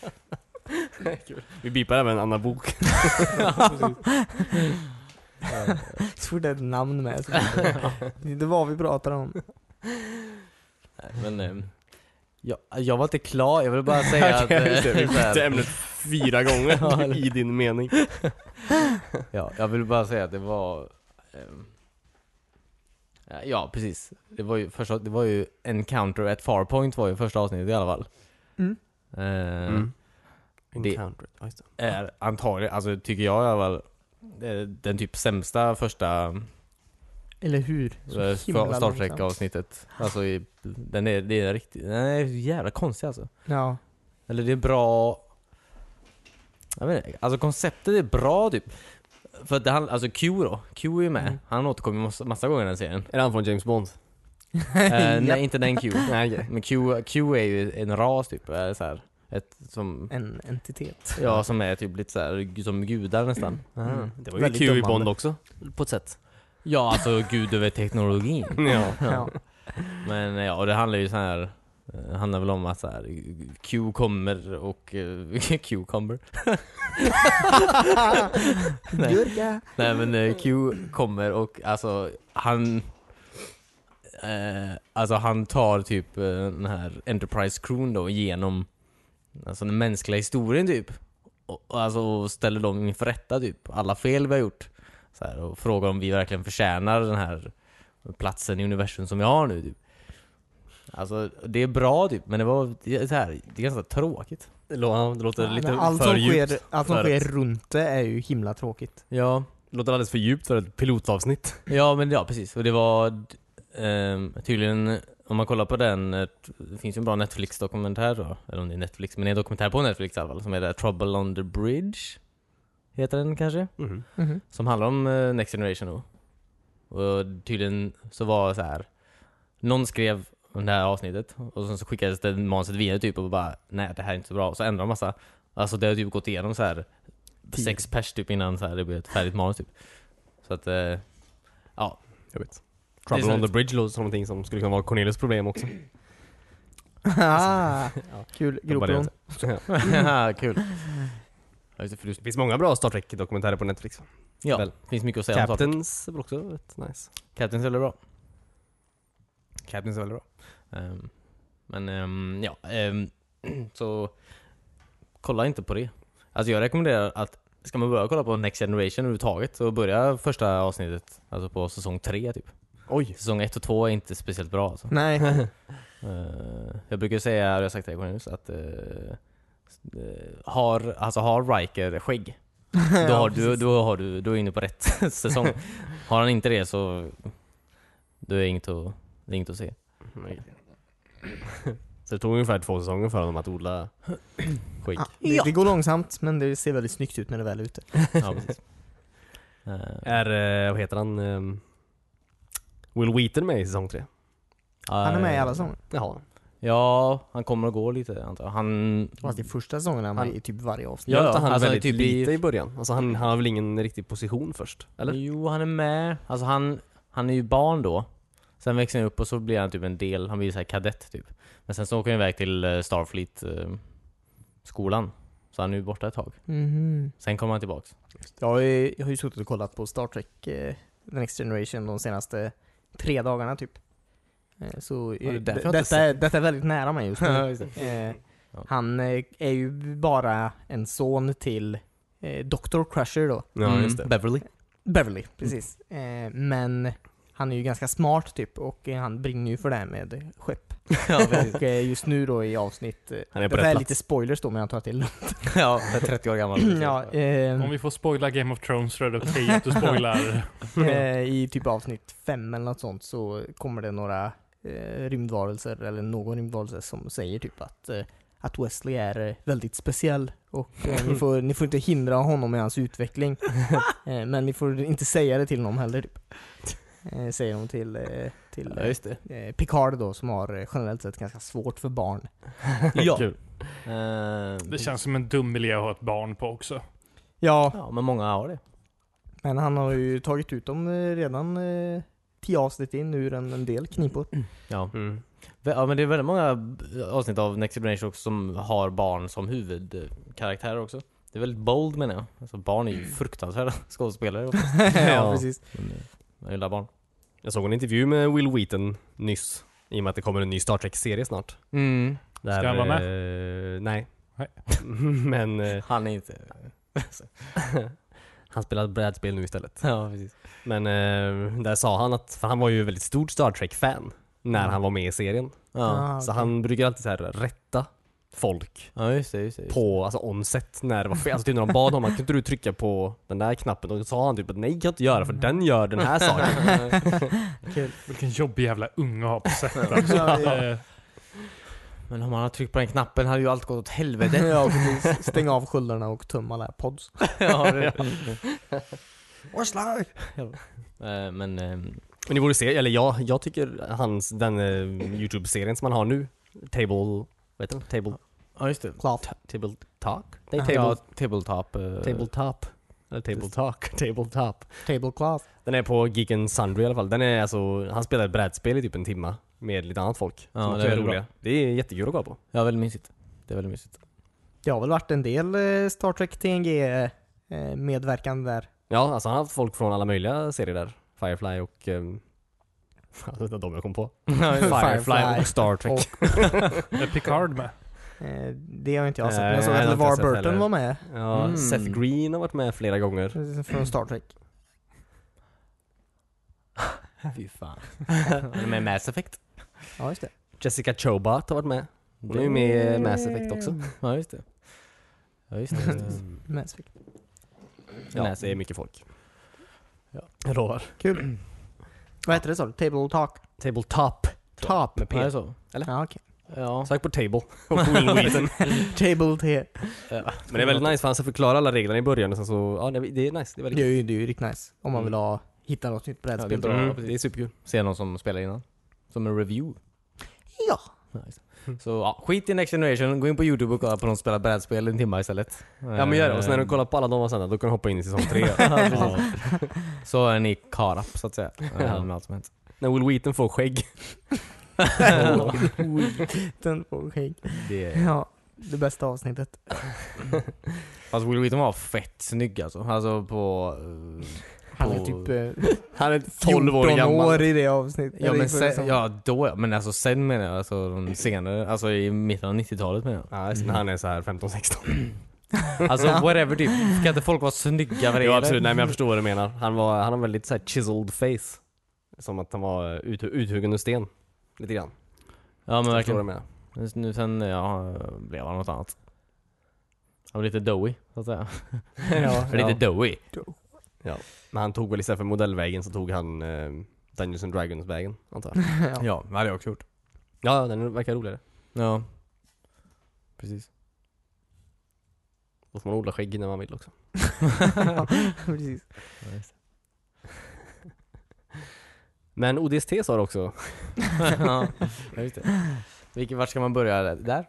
Vi beepar även Anna Bok. Så fort det är ett namn med. Så det var vi pratade om. Nej, men ehm, jag, jag var inte klar. Jag vill bara säga att... Okej, just det. Vi eh, så här- bytte ämnet fyra gånger Ja, eller- i din mening. Ja, jag vill bara säga att det var... ehm, ja, precis. Det var ju första, det var ju Encounter at Farpoint var ju första avsnittet i alla fall. Mm. Eh, Mm. Det- Encounter. Ja, just det. Är antagligen, alltså tycker jag i alla fall, det är den typ sämsta första Eller hur? Så himla Star långsamt. Trek-avsnittet. Alltså, i, den är, det är riktigt, den är jävla konstig alltså. Ja. Eller det är bra. Jag vet inte, alltså konceptet är bra typ. För att det han, alltså Q då, Q är ju med. Mm. Han återkommer massa, massa gånger i den serien. Är han från James Bond? eh, nej, inte den Q. Nej, okej. Men Q, Q är ju en ras typ, är så här, ett som En entitet. ja, som är typ lite så här som gudar nästan. Mm. Det var ju Väldigt Q i dömande. Bond också, på ett sätt. Ja, alltså gud över teknologin. Ja. Ja. Men ja, och det handlar ju så här. Det handlar väl om att så här, Q kommer och uh, Q kommer. Nej. Gurka. Nej men eh, Q kommer och alltså han eh, alltså han tar typ eh, den här Enterprise crewn då genom alltså den mänskliga historien typ och, och alltså ställer dem inför rätta typ alla fel vi har gjort så här, och frågar om vi verkligen förtjänar den här platsen i universum som vi har nu typ. Alltså det är bra typ, men det var det är så här, det är ganska tråkigt. Det lå- det låter Ja, lite men allt för som djupt. sker, allt som för sker ett- runt det är ju himla tråkigt. Ja, Det låter alldeles för djupt för ett pilotavsnitt. ja men ja precis. Och det var ehm, tydligen om man kollar på den, eh, det finns ju en bra Netflix-dokumentär då, eller om det är Netflix, men det är en dokumentär på Netflix i alla fall som heter Trouble on the Bridge. Heter den kanske? Mhm. Mhm. Som handlar om eh, Next Generation då. Och tydligen så var så här. Någon skrev om det här avsnittet och sen så skickades det manuset vidare typ och bara nej det här är inte så bra och så ändrade de massa. Alltså det har typ gått igenom så här Tio. sex pers typ innan så här det blev ett färdigt manus typ. Så att eh, ja, Jag vet. Det är Trouble on så- the Bridge låter som någonting som skulle kunna vara Cornelius problem också. Ah, kul. Jag bara Gropron. ja, kul. Ja, just det, för du, Det finns många bra Star Trek-dokumentärer på Netflix. ja, Väl. finns mycket att säga om saker. Captains är väl också rätt nice. Captains är väldigt bra. Captains är väldigt bra. Ehm, men ehm, ja, ehm, så kolla inte på det. Alltså jag rekommenderar att ska man börja kolla på Next Generation överhuvudtaget så börja första avsnittet alltså på säsong tre typ. Oj. Säsong ett och två är inte speciellt bra alltså. Nej. Eh, jag brukar säga, jag har sagt det Cornelius, att uh, har, alltså har Riker skägg då, har du, då, har du, då är du inne på rätt säsong. Har han inte det så då är inget att, det är inget att se. Nej. Så det tog ungefär två säsonger för dem att odla skägg. Ja, det, det går långsamt, men det ser väldigt snyggt ut när det väl är ute. Ja, precis. Eh, Är, eh, vad heter han? ehm, Will Wheaton med i säsong tre? Han är med i alla säsonger. Jaha. Ja, han kommer att gå lite antar jag. Han Fast i första säsongen är han med Han- i typ varje avsnitt. Ja, Ja, han alltså väldigt typ i- lite i början. Alltså han, han har väl ingen riktig position först? Eller? Jo, han är med. Alltså han, han är ju barn då. Sen växer han upp och så blir han typ en del, han blir så här kadett typ. Men sen så åker han iväg till eh, Starfleet eh, skolan. Så han är ju borta ett tag. Mhm. Sen kommer han tillbaks. Jag har ju, jag har ju suttit och kollat på Star Trek eh, The Next Generation de senaste tre dagarna typ. Eh, så Ja, det är eh, därför d- jag inte detta, är, detta är väldigt nära mig just nu. Just det. eh, Ja. Han eh, är ju bara en son till eh, doktor Crusher då. Ja, Mm, just det. Beverly. Beverly, precis. Eh, men han är ju ganska smart typ och eh, han brinner ju för det här med skepp. Ja, precis. Och eh, just nu då i avsnitt, eh, Han är på det rätt är plats. lite spoilers då men jag tar till. Ja, jag är trettio år gammal. ja, eh, Om vi får spoila Game of Thrones så är det okej att du spoilar. eh, I typ avsnitt fem eller något sånt så kommer det några eh, rymdvarelser eller någon rymdvarelse som säger typ att eh, att Wesley är eh, väldigt speciell och eh, ni, får, ni får inte hindra honom i hans utveckling. eh, men ni får inte säga det till någon heller typ. Eh, säger de till, eh, till Ja, just det. eh, Picard då som har eh, generellt sett ganska svårt för barn. Ja. Kul. Eh, Det känns som en dum miljö att ha ett barn på också. Ja, Ja, men många har det. men han har ju tagit ut dem eh, redan eh, tio avsnitt in ur en, en del knipor. Ja. Mm. Ja, men det är väldigt många avsnitt av Next Generation också som har barn som huvudkaraktärer också. Det är väldigt bold menar jag. Alltså barn är ju fruktansvärda skådespelare. ja, Ja. precis. Men, eh, jag gillar barn. Jag såg en intervju med Will Wheaton nyss. I och med att det kommer en ny Star Trek-serie snart. Mm. Där, Ska han vara eh, nej. Nej. Men eh, Han är inte... han spelar brädspel nu istället. Ja, precis. Men eh, där sa han att, för han var ju väldigt stort Star Trek-fan när Mm. han var med i serien. Ja. Ah, Så okej. han brukar alltid så här rätta folk Ja, just det, just det. Just på, alltså onset när det var fel. Alltså typ när de bad honom, kan inte du trycka på den där knappen? Och då sa han typ att nej, kan jag inte göra för den gör den här saken. Vilken jobbig jävla unge har på sätt. Alltså. Ja, ja. Eh, Men om man hade tryckt på den knappen hade ju allt gått åt helvete. Ja, precis. Stäng av sköldarna och töm alla pods. Ja, det. What's life? Eh, Men ehm, Men ni borde se, eller jag, jag tycker hans, den uh, YouTube-serien som han har nu, Table, vet du? Table, ja, just det. Klart. table Talk? Nej, Ja, Table, Ja, tabletop. eh, Tabletop. Eller Table Talk, Tabletop. Tablecloth. Den är på Geek and Sundry i alla fall. Den är alltså, han spelar ett brädspel i typ en timma med lite annat folk. Ja, som det också är är bra. roliga. Det är jättekul att kolla på. Ja, väldigt mysigt. Det är väldigt mysigt. Det har väl varit en del eh, Star Trek T N G eh, medverkan där. Ja, alltså han har haft folk från alla möjliga serier där. Firefly och... Um, alltså det är de jag kom på. Firefly och Star Trek. Och- är Picard med? Eh, det har inte jag sett. Nej, Men jag såg nej, att det har inte LeVar jag sett Burton heller. var med Ja, Mm. Seth Green har varit med flera gånger. från Star Trek. Fy fan. Han är med i Mass Effect. Ja, just det. Jessica Chobot har varit med. Hon är ju med i Mass Effect också. Ja, just det. Ja, just det. Mass Effect. Ja, Mass det är mycket folk. Ja. Jag lovar. Kul. Vad heter det så? Table Talk? Tabletop. Top. Med P. Ja, det är så. Ja, okej. Ja. Sök på Table. Och Will Wheaton. Table T. Ja. Men det är väldigt nice för han ska förklara alla reglerna i början och sen så, ja det det är nice. Det är väldigt Det är kul. ju, det är ju riktigt nice. Om man vill ha, hitta något nytt brädspel. Ja, det är bra. Mm, det är superkul. Se någon som spelar innan. Som en review. Ja. Nice. Så ja, skit i Next Generation, gå in på YouTube och kolla på någon som spelar brädspel en timme istället. Ja men gör det, och sen när du kollar på alla de avsnitten då kan du hoppa in i säsong tre. Ja, precis. Så är ni caught up så att säga. Ja. Med allt som hänt. När Will Wheaton får skägg. Den får skägg. Det är... Ja, det bästa avsnittet. Fast Will Wheaton var fett snygg alltså. Alltså på... eh, Han är på- typ eh, Han är tolv år fjorton gammal. år i det avsnittet. Ja Eller men, i- sen, ja då ja, men alltså sen menar jag alltså de senare, alltså i mitten av nittiotalet menar jag. Ja, sen han är så här femton sexton. Alltså whatever typ, kan inte folk vara snygga vad det Jo är? absolut, nej men jag förstår vad du menar. Han, var, han har väldigt så här chiseled face. Som att han var ut, uthuggen ur sten. Lite grann. Ja men Jag förstår vad verkligen. du menar. Nu sen ja, blev han något annat. Han var lite doughy så att säga. Ja, Lite doughy. Men han tog väl istället för modellvägen så tog han eh, Dungeons and Dragons-vägen, antar jag. ja. Ja, det hade jag också gjort. Ja, den verkar roligare. Ja. Precis. Då får man odla skägg när man vill också. Ja, precis. Men O D S T sa det också. Ja, just det. Vilken, vart ska man börja? Där?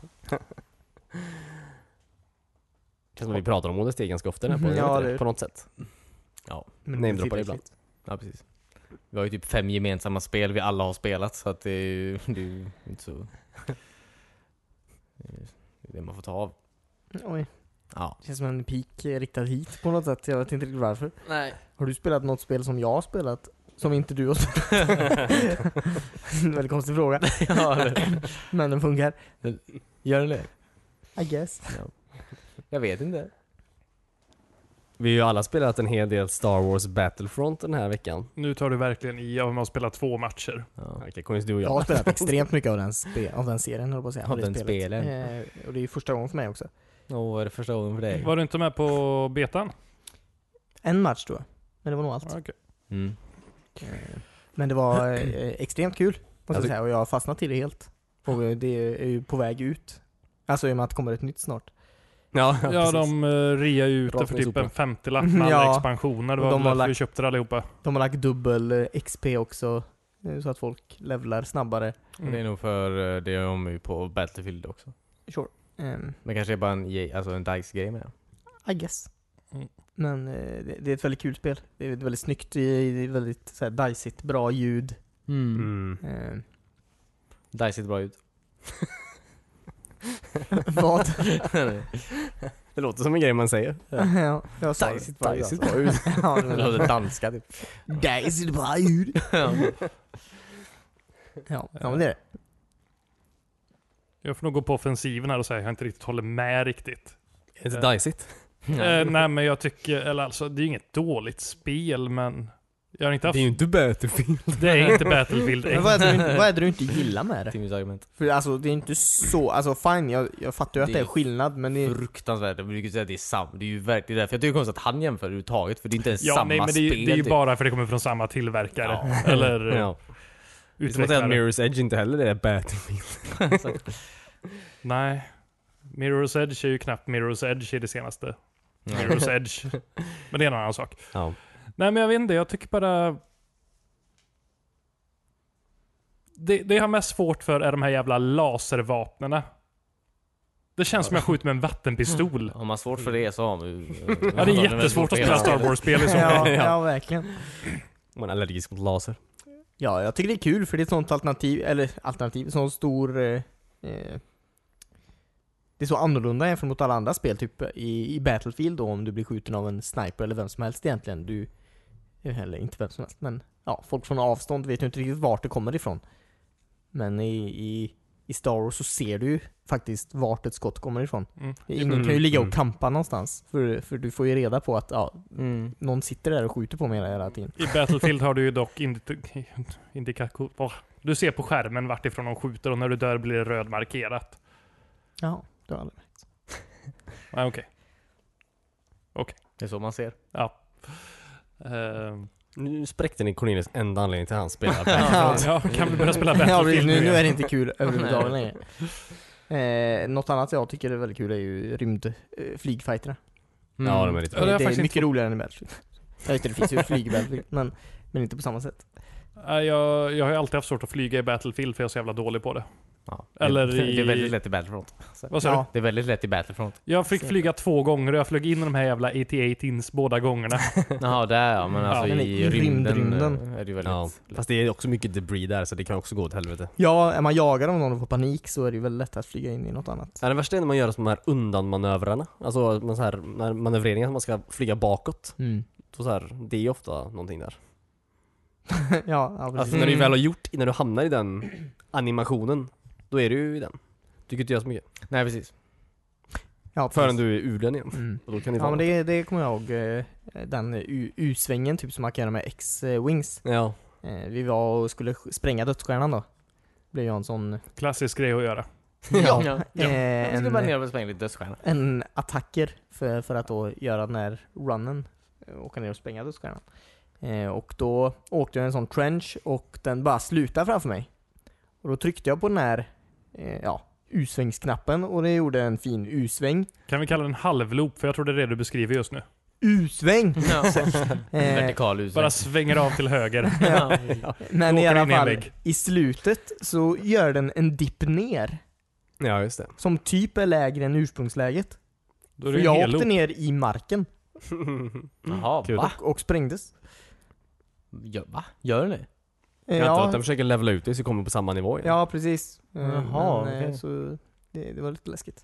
Känns som vi pratar om O D S T ganska ofta där på, Mhm, ja, vet du det- det, på något sätt. Ja, Men Namedroppar det är ibland. ja precis. Vi har ju typ fem gemensamma spel vi alla har spelat så att det är ju, det är ju inte så... Det är det man får ta av. Oj, Ja. det känns som en pik eh, riktad hit på något sätt. Jag vet inte riktigt varför. Nej. Har du spelat något spel som jag har spelat? Som inte du har spelat? En väldigt konstig fråga. Ja, det, Men den funkar. gör det? I guess. Jag vet inte. Vi har ju alla spelat en hel del Star Wars Battlefront den här veckan. Nu tar du verkligen i av med att spela två matcher. Ja. Okej, kommer du och Jag jag. har spelat extremt mycket av den, spe- av den serien, höll jag på att säga. Av det den spelet. spelen. Eh, och det är ju första gången för mig också. Åh, vad är det första gången för dig? Var du inte med på betan? En match tror jag. Men det var nog allt. Ja, okej. Mm. Eh, Men det var eh, extremt kul, måste jag Alltså- säga. Och jag har fastnat till det helt. Och eh, det är ju på väg ut. Alltså i och med att det kommer ett nytt snart. Ja, Ja, precis. de uh, rear ju ut det Rakt för ner i typ soporna. en femtiolapp med alla Ja. expansioner. Det Och var de väl har därför vi lagt- köpte det allihopa. De har lagt dubbel eh, X P också. eh, Så att folk levlar snabbare. Det är nog för eh, det är de ju på Battlefield också. Sure. Um, Men kanske är bara en, ge- alltså en dice-grej med det. I guess. Mm. Men eh, det, det är ett väldigt kul spel. Det är väldigt snyggt, det är väldigt så här, dicigt, bra ljud. Mm. Eh, Dice är bra ut. vad? Det låter som en grej man säger. Ja, jag sa Dicigt det. bra ut. Dicigt bra ut. Ja, Det men- låter danska typ. Dicigt bra ljud. Ja, ja men det är det. Jag får nog gå på offensiven här och säga att jag inte riktigt håller med riktigt. Är det dicigt? Eh, nej men jag tycker, eller alltså det är ju inget dåligt spel men Jag har inte haft... Det är ju inte Battlefield. Det är inte Battlefield. Men vad är, det, du- vad är det du inte gillar med det? Timmys argument. För alltså det är inte så, alltså fine, jag, jag fattar ju att Det det är är skillnad, men det är... Fruktansvärt. Jag brukar säga att det är samma. Det är ju verkligen därför jag tycker det är konstigt att han jämför överhuvudtaget. För det är inte ens Ja, samma nej, men det, är- spel. det är ju typ. bara för det kommer från samma tillverkare. Ja. Eller Ja. Det är som att säga att utvecklare. Mirror's Edge inte heller är Battlefield. Nej. Mirror's Edge är ju knappt Mirror's Edge i det senaste. Nej. Mirror's Edge. Men det är en annan sak. Ja. Nej, men jag vet inte. Jag tycker bara... Det, det jag har mest svårt för är de här jävla laservapnena. Det känns som jag skjuter med en vattenpistol. Om man har svårt för det så har man ju... Ja, det är jättesvårt att spela Star Wars-spel i så. Ja, ja, verkligen. Man är allergisk mot laser. Ja, jag tycker det är kul för det är ett sånt alternativ, eller alternativ, sån stor... Eh, eh, det är så annorlunda jämfört mot alla andra spel, typ i, i Battlefield då, om du blir skjuten av en sniper eller vem som helst egentligen. Du, eller inte vem som helst, men ja, folk från avstånd vet ju inte riktigt vart det kommer ifrån. Men i, i, i Star Wars så ser du ju faktiskt vart ett skott kommer ifrån. Mm. Ingen Mm, kan ju ligga och mm. kampa någonstans, för, för du får ju reda på att ja, Mm. någon sitter där och skjuter på mig hela tiden. I Battlefield har du ju dock indi- indikation... Oh. Du ser på skärmen vart ifrån de skjuter och när du dör blir det röd markerat. Ja, det var aldrig. Ah, Okej. Det är så man ser. Ja. Ehm, Nu spräckte ni Cornelius enda anledning till att han spelar Ja. Battlefield. ja, kan vi börja spela Ja, Battlefield nu, nu är igen? det inte kul överhuvudtaget längre. Eh, något annat jag tycker är väldigt kul är ju rymd eh, flygfighterna. Mm. Ja, de är lite Ja, det har det jag är faktiskt mycket inte roligare än i Battlefield. Jag vet inte, det finns ju flyg i Battlefield, men, men inte på samma sätt. Nej, jag, jag har ju alltid haft svårt att flyga i Battlefield för jag är så jävla dålig på det. Ja. Eller det, i- det är väldigt lätt i Battlefront. Vad sa Ja. Det är väldigt lätt i Battlefront. du? Jag fick flyga två gånger och jag flög in i de här jävla åttioåtta-ins båda gångerna. Jaha, där ja. Men alltså Ja, men i, i rymden, rymden. eh, är det ju väldigt Ja, lätt. fast det är också mycket debris där så det kan också gå åt helvete. Ja, är man jagad av någon och får panik så är det ju väldigt lätt att flyga in i något annat. Ja, det värsta är när man gör de här undanmanövrarna. Alltså man så här, när manövreringar som man ska flyga bakåt. Mm. Så så här, det är ju ofta någonting där. ja, ja, precis. Alltså när du väl har gjort, när du hamnar i den animationen, då är du ju i den. Du kan inte göra så mycket. Nej, precis. ja, precis. Förrän du är ur den igen. Mm. Och då kan det Ja, vara. men det, det kommer jag ihåg. eh, Den U- U-svängen typ som man kan göra med X-Wings. Ja. Eh, Vi var och skulle sk- spränga dödsstjärnan då. Blev jag en sån... Klassisk grej att göra. Ja, Ja. eh, Jag skulle bara en, ner och spränga lite dödsstjärna. en attacker för, för att då göra den här runnen. eh, Åka ner och spränga dödsstjärnan. Eh, och då åkte jag en sån trench och den bara slutade framför mig. Och då tryckte jag på den här eh, ja, U-svängsknappen och det gjorde en fin U-sväng. Kan vi kalla den halvloop? För jag tror det är det du beskriver just nu. U-sväng! Ja. Eh, Vertikal usväng. Bara svänger av till höger. ja. Men Då i åker alla in i en fall, vägg. i slutet så gör den en dipp ner. Ja, just det. Som typ är lägre än ursprungsläget. Då är För det en jag hel åkte loop. ner i marken Jaha, Kul. va? och, och sprängdes. Ja, va? Gör den det? Eh, Jag antar att Ja, den försöker levela ut dig så kommer på samma nivå igen. ja, precis. Eh, Jaha, men, eh, okej. så det, det var lite läskigt.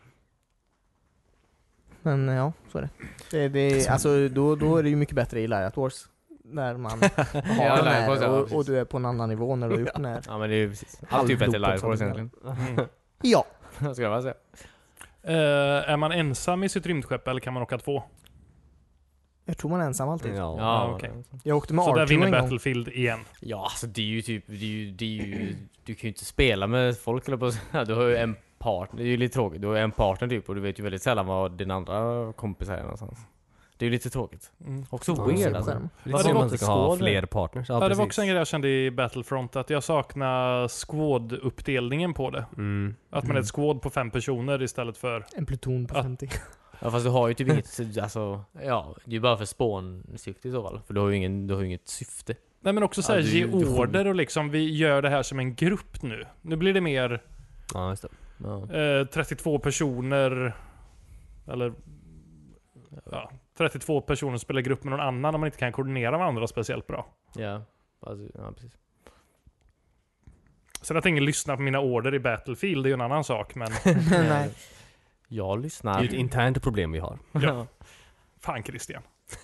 Men eh, ja, så är det. det, det alltså, då, då är det ju mycket bättre i Riot Wars. När man har Ja, den Riot Wars, här ja, och, precis. och du är på en annan nivå när du har gjort den här. Ja, men det är ju precis. Allt är ju bättre i Halvloop Life Force också. egentligen. Mm. Ja, Vad ska jag bara säga? Eh, är man ensam i sitt rymdskepp eller kan man åka två? jag tror man är ensam alltid. Ja. Ja, okej. Jag åkte med Så där R två vinner en gång. Battlefield igen. Ja, alltså det är ju typ, det är ju, det är ju, du kan ju inte spela med folk eller på så. Du har ju en partner, det är ju lite tråkigt. Du har ju en partner typ och du vet ju väldigt sällan vad din andra kompis är någonstans. Det är ju lite tråkigt. Mm. Också Ja, weird på alltså. skärm. Det Ja, är det så var man inte ska ha skål, fler partners. Ja, Ja, det var precis. också en grej jag kände i Battlefront, att jag saknar squad-uppdelningen på det. Mm. Att man är ett squad på fem personer istället för... En pluton på Ja. femtio. Ja, fast du har ju typ inget, alltså, ja, det är ju bara för spån-syfte i så fall. För du har ju ingen, du har ju inget syfte. Nej, men också så här, Ja, du- ge du får- order och liksom, vi gör det här som en grupp nu. Nu blir det mer Ja, just det. Ja. eh, trettiotvå personer, eller... Ja, trettiotvå personer spelar grupp med någon annan om man inte kan koordinera varandra speciellt bra. Ja, alltså, ja precis. Sen att ingen lyssnar på mina order i Battlefield, det är ju en annan sak, men... Nej. Jag Det lyssnar. är ju ett internt problem vi har. Ja. Fan Christian.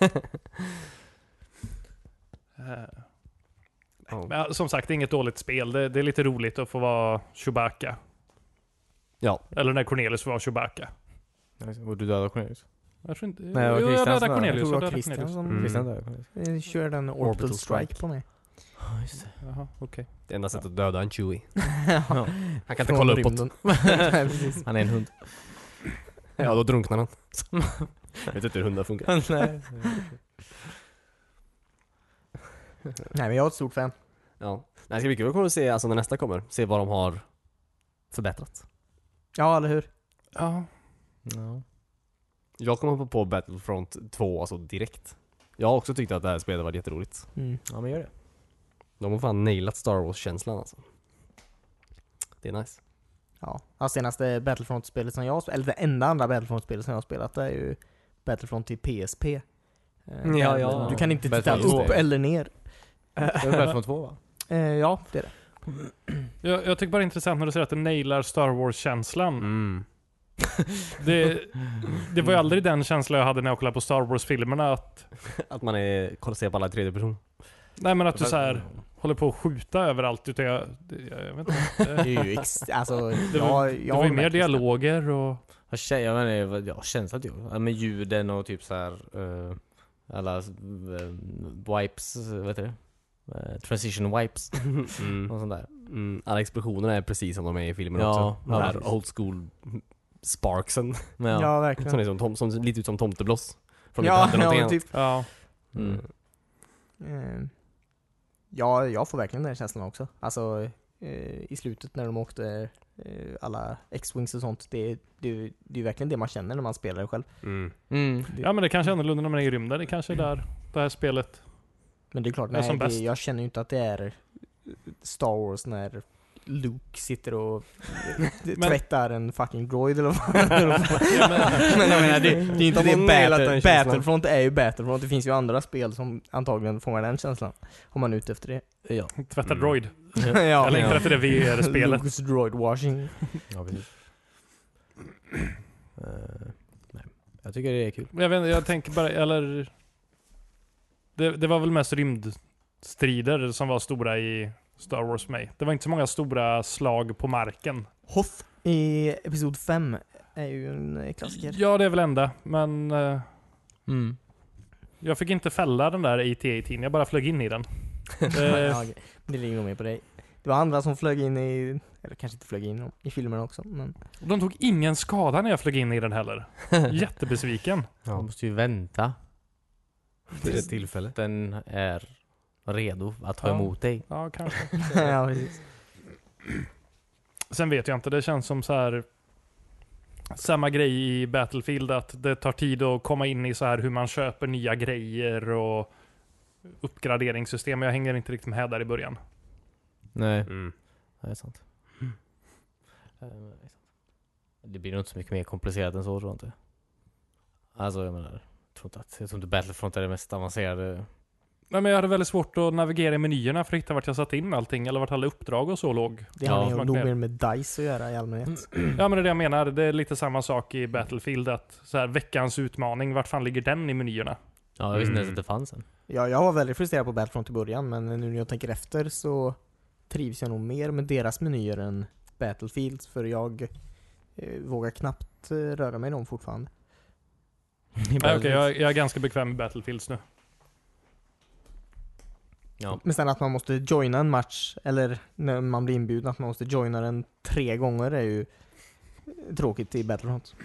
Eh, Ja. Men som sagt, det är inget dåligt spel. Det, det är lite roligt att få vara Chewbacca. Ja. Eller när Cornelius får vara Chewbacca. Och du dödar Cornelius. Jag tror inte... Nej, det var jo, jag Christian dödade som var- Jag Cornelius. tror det Jag var dödade Christian Cornelius. som Mm. Christian där. eh, körde en orbital, Orbital strike. strike. på mig. Ja, just det. Jaha, okej. Det enda sättet att döda en Chewie. Ja. Han kan inte Från kolla uppåt. rymden. Nej, precis. Han är en hund. Ja, då drunknar han. Jag vet inte hur hundar funkar. Nej. Nej, men jag är ett stort fan. Ja. Nej, det ska bli kul att se alltså, när nästa kommer. Se vad de har förbättrat. Ja, eller hur? Ja. Ja. Jag kommer hoppa på Battlefront två alltså direkt. Jag har också tyckt att det här spelet var jätteroligt. Mm. Ja, men gör det. De har fan nailat Star Wars-känslan alltså. Det är nice. Ja, ja senaste Battlefront-spelet som jag har spelat, eller det enda andra Battlefront-spelet som jag har spelat, det är ju Battlefront till P S P. Eh, Ja, där ja. Du kan inte titta Battlefront upp två. eller ner. Det är Battlefront två, va? Eh, ja, det är det. Jag, jag tycker bara det är intressant när du säger att det nailar Star Wars-känslan. Mm. Det, det var ju aldrig den känslan jag hade när jag kollade på Star Wars-filmerna. Att, Att man är, kollar sig på alla i tredje person. nej men att du så här håller på att skjuta överallt. Utan jag, det, jag, jag vet inte. Det är ju ex- alltså, Det var, jag, det jag var ju har mer verkligen- dialoger och... Jag känner, jag menar, ja, känslan ju. Ja, med ljuden och typ så här uh, alla uh, wipes, vet du det? Uh, transition wipes Mm. och sånt där. Mm. Alla explosionerna är precis som de är i filmen Ja, också. ja, Den här precis. old school sparksen. Men Ja, ja. verkligen. Som, är som, tom, som ser lite ut som tomtebloss. Från Ja, inte hade ja, någonting typ. Ja. Mm. Eh, ja, jag får verkligen den känslan också. Alltså, eh, i slutet när de åkte eh, alla X-Wings och sånt, det, det, det är ju verkligen det man känner när man spelar det själv. Mm. Mm. Det, ja men det kanske är annorlunda när man är i rymden. Det kanske är där det här spelet... Men det är klart, det är nej, som det, bäst. jag känner ju inte att det är Star Wars när Luke sitter och tvättar en fucking droid eller vad. Ja, men, Men jag menar, det, det är inte De det har nailat Battle, den känslan. Battlefront är ju Battlefront. Det finns ju andra spel som antagligen får den känslan. Om man är ute efter det. Ja. tvätta Mm. droid. ja, Jag längtar efter det V R-spelet. Lucas droid washing. Ja, precis. Uh, nej. Jag tycker det är kul. Jag vet inte, jag tänker bara, eller... Det, det var väl mest rymdstrider som var stora i Star Wars för mig. Det var inte så många stora slag på marken. Hoth i episod fem är ju en eh, klassiker. Ja, det är väl enda, men... eh, Mm. jag fick inte fälla den där A T arton, jag bara flög in i den. Eh, Ja, okej. Det ligger nog med på dig. Det var andra som flög in i, eller kanske inte flög in i filmen också, men de tog ingen skada när jag flög in i den heller. Jättebesviken. Du Ja. måste ju vänta. Det är ett tillfälle. Den är redo att ta Ja. emot dig. Ja, kanske. ja, precis. Sen vet jag inte, det känns som så här samma grej i Battlefield, att det tar tid att komma in i så här hur man köper nya grejer och uppgraderingssystem. Jag hänger inte riktigt med där i början. Nej, Mm. det är sant. Eh, det är sant. Det blir nog inte så mycket mer komplicerat än så, tror jag inte. Alltså, jag menar, jag tror inte att jag tror inte Battlefront är det mest avancerade. Nej, men jag hade väldigt svårt att navigera i menyerna för att hitta vart jag satt in allting, eller vart alla uppdrag och så låg. Det har Ja, ju man nog kan- mer med DICE att göra i allmänhet. Ja, men det är det jag menar. Det är lite samma sak i Battlefield, att så här, veckans utmaning, vart fan ligger den i menyerna? Ja, jag visste inte ens Mm. att det fanns en. Ja, jag var väldigt frustrerad på Battlefront i början, men nu när jag tänker efter så trivs jag nog mer med deras menyer än Battlefield, för jag eh, vågar knappt eh, röra mig i dem fortfarande. Nej, okej, jag, jag är ganska bekväm med Battlefields nu. Ja. Men sen att man måste joina en match, eller när man blir inbjuden att man måste joina den tre gånger, är ju tråkigt i Battlefront.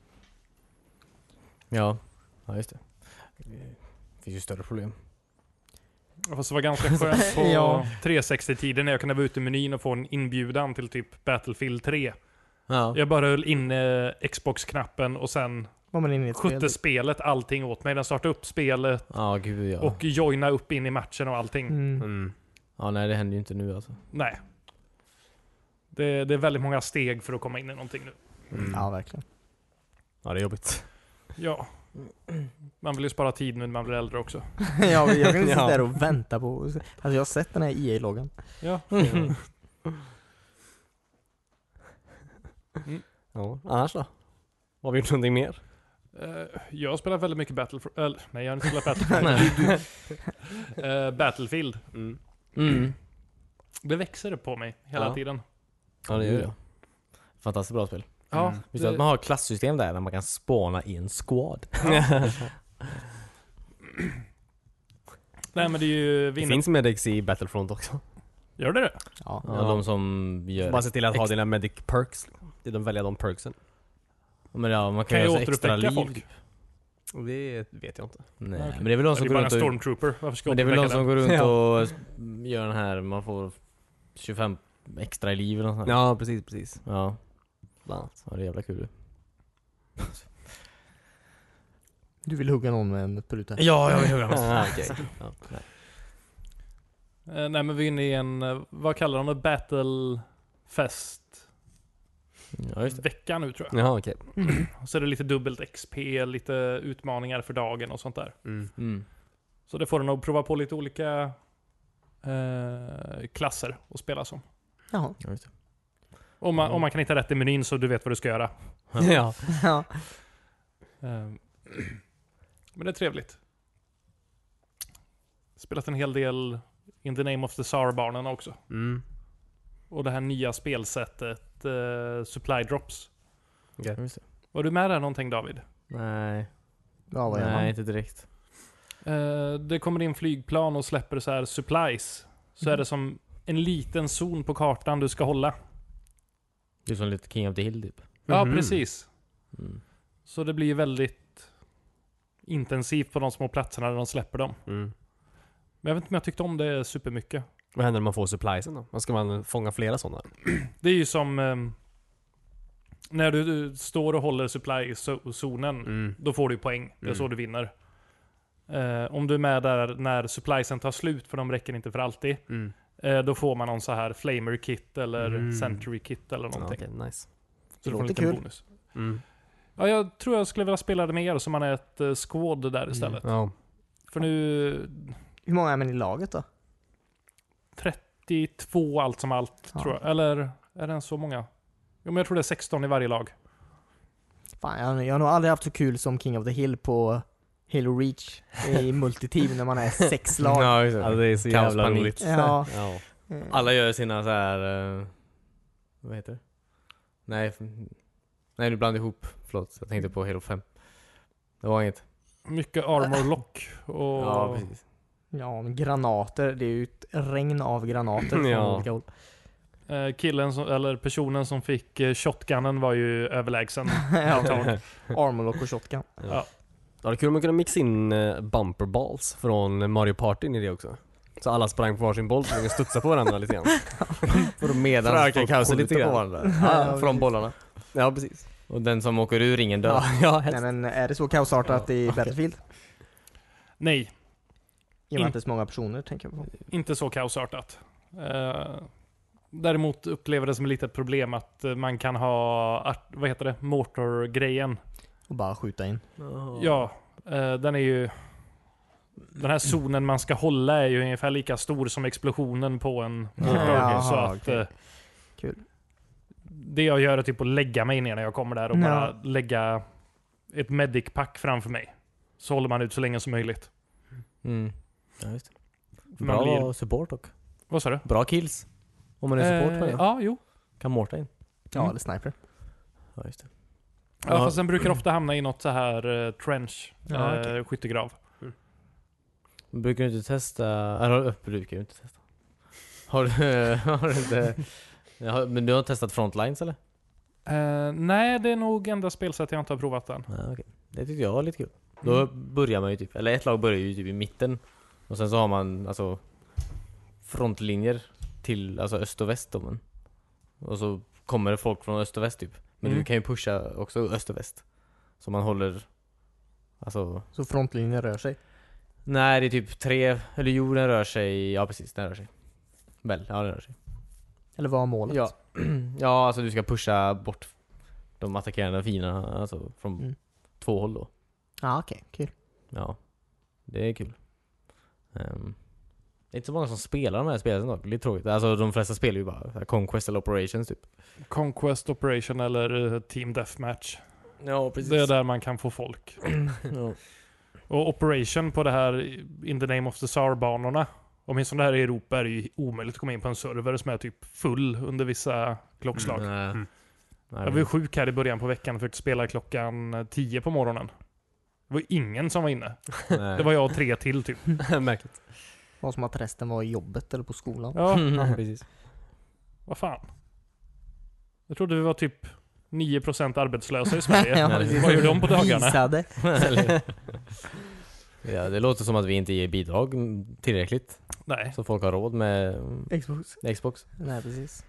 Ja, ja just det. Det finns ju större problem. Fast det var ganska skönt på Ja. trehundrasextio-tiden när jag kunde vara ute i menyn och få en inbjudan till typ Battlefield tre. Ja. Jag bara höll inne Xbox-knappen och sen Var man inne i ett spel. skötte spelet allting åt mig. Den startade upp spelet Ja, gud ja. och joina upp in i matchen och allting. Mm. Mm. Ja, nej, det händer ju inte nu alltså. Nej. Det, det är väldigt många steg för att komma in i någonting nu. Mm. Ja, verkligen. Ja, det är jobbigt. Ja. Man vill ju spara tid nu när man blir äldre också. ja, jag kan inte sitta Ja. där och vänta på... Alltså jag har sett den här E A-loggan. Ja. Ja, annars då? Vad har vi gjort någonting mer? Eh, jag har spelat väldigt mycket Battlefield. Eller, nej, jag har inte spelat Battlefield. Eh, Battlefield. Mm. Mm. Det växer på mig hela Ja. tiden. Ja, det gör det. Fantastiskt bra spel. Ja, Mm. Visst att man har ett klassystem där, där man kan spåna i en squad. Nej men det är ju... Det finns medics i Battlefront också. Gör det det? Ja. Ja, de som gör... Bara se till att ha ex- dina medic perks. Det är de välja de perksen. Men ja, man kan, Kan jag göra så extra återuppväcka liv. folk? Och det vet jag inte. Nej, Okej. men det är väl de Det som är går bara en runt och... stormtrooper. Varför ska Men det är väl de återuppväcka som den? går runt Ja. och gör den här, man får tjugofem extra i liv eller något sånt. Ja, precis, precis. Ja. Bland annat. Ja, det är jävla kul. Du vill hugga någon med en pruta? Ja, jag vill hugga Ah, okej. Ja. Eh, nej men vi är inne i en, eh, vad kallar de det? Battlefest Ja, just det. vecka nu tror jag. Jaha, okej. Så är det lite dubbelt X P, lite utmaningar för dagen och sånt där. Mm. Mm. Så det får du nog prova på lite olika eh, klasser att spela som. Jaha. Ja, just det. Om man, om man kan hitta rätt i menyn så du vet vad du ska göra. Ja. Ja. Eh, men det är trevligt. Spelat en hel del In the Name of the Tsar-barnen också. Mm. Och det här nya spelsättet eh, Supply Drops. Okej. Ja, just det. Var du med där någonting David? Nej. Ja, vad gör Nej, man? inte direkt. Eh, det kommer in flygplan och släpper så här supplies. Så Mm. är det som en liten zon på kartan du ska hålla. Det är som lite King of the Hill typ. Ja, Mhm. precis. Mm. Så det blir väldigt intensivt på de små platserna där de släpper dem. Mm. Men jag vet inte om jag tyckte om det supermycket. Vad händer när man får suppliesen då? Vad ska man fånga flera sådana? Det är ju som ehm, när du, du står och håller supply-zonen. Mm. Då får du poäng. Det är Mm. så du vinner. Eh, om du är med där när suppliesen tar slut, för de räcker inte för alltid. Mm. Eh, då får man någon så här flamer kit eller Mm. century kit eller Ja, någonting. okej, nice. Så du får en låter liten kul. bonus. Mm. Ja, jag tror jag skulle vilja spela det mer så man är ett uh, squad där istället. Ja. För nu Hur många är man i laget då? trettiotvå allt som allt, Ja. tror jag. Eller är det så många? Jo, men jag tror det är sexton i varje lag. Fan, jag, jag har nog aldrig haft så kul som King of the Hill på Halo Reach i multiteam när man är sex lag. Ja, just Ja, det. det är så jävla Kaospanik. roligt. Ja. Ja. Eh, Alla gör sina så här. Uh, vad heter det? Nej, f- nej nu blandade jag ihop. Förlåt, jag tänkte på Halo fem. Det var inget. Mycket armor lock och... Ja, precis. Ja, men granater. Det är ju ett regn av granater från Ja. olika håll. eh, killen som, eller personen som fick eh, shotgunnen var ju överlägsen. Ja, Armorlock och shotgun. Ja. Ja, det är kul om man kunde mixa in eh, bumper balls från Mario Party in i det också. Så alla sprang på varsin boll så de kunde studsa på varandra lite grann. För att medan Föröka folk kaoset lite skjuter på grann. varandra. Ja, Ja, från precis. bollarna. Ja, precis. Och den som åker ur ringen dör. Ja, ja helst. Nej, men är det så kaosartat i Battlefield? Nej, I och med In- att det är så många personer, tänker jag på. inte så kaosartat. Eh, däremot upplever det som ett litet problem att eh, man kan ha, art, vad heter det, motor-grejen. Och bara skjuta in. Ja, eh, den är ju... Den här zonen man ska hålla är ju ungefär lika stor som explosionen på en motor. Jaha, så att okej. eh, Kul. det jag gör är typ att lägga mig ner när jag kommer där och Ja. bara lägga ett medic-pack framför mig. Så håller man ut så länge som möjligt. Mm. Ja, just det. För man Bra blir- support dock. Vad sa du? Bra kills. Om man är support för Eh, det. ja, jo. Kan morta in. Ja, Mm. eller sniper. Ja, just det. Ja, Ja. fast den brukar ofta hamna i något så här uh, trench, Ja, eh, okej. skyttegrav. Brukar du inte testa... Eller äh, brukar du inte testa? Har du, har du inte... Ja, men du har testat frontlines eller? Eh, nej, det är nog enda spelsätt jag inte har provat än. Ja, okej. Det tyckte jag var lite kul. Då börjar man ju typ, eller ett lag börjar ju typ i mitten. Och sen så har man alltså frontlinjer till alltså öst och väst då, men. Och så kommer det folk från öst och väst typ. Men Mm. du kan ju pusha också öst och väst. Så man håller alltså. Så frontlinjen rör sig. Nej, det är typ tre, eller jo den rör sig, ja precis den rör sig. Väl, ja den rör sig. Eller vad var målet? Ja, ja alltså du ska pusha bort de attackerande fienderna alltså från Mm. två håll då. Ja, okej. Kul. Ja, det är kul. Um, det är inte så många som spelar de här spelen dock. Det är lite tråkigt. Alltså de flesta spelar ju bara så här Conquest eller Operations typ. Conquest Operation eller eh, Team Deathmatch. Ja, Det är där man kan få folk. Ja. Och Operation på det här In the Name of the Tsar-banorna. Åtminstone här i Europa är det ju omöjligt att komma in på en server som är typ full under vissa klockslag. Nej. Mm. Nej, Jag var ju sjuk här i början på veckan och försökte spela klockan tio på morgonen. Det var ingen som var inne. nej. Det var jag och tre till typ. Märkligt. Vad som att resten var i jobbet eller på skolan. Ja, Ja, precis. vad fan. Jag trodde vi var typ nio procent arbetslösa i Sverige. Ja, precis. Vad gör de på dagarna? Visade. Ja, det låter som att vi inte ger bidrag tillräckligt. Nej. Så folk har råd med Xbox. Xbox. Nej, precis.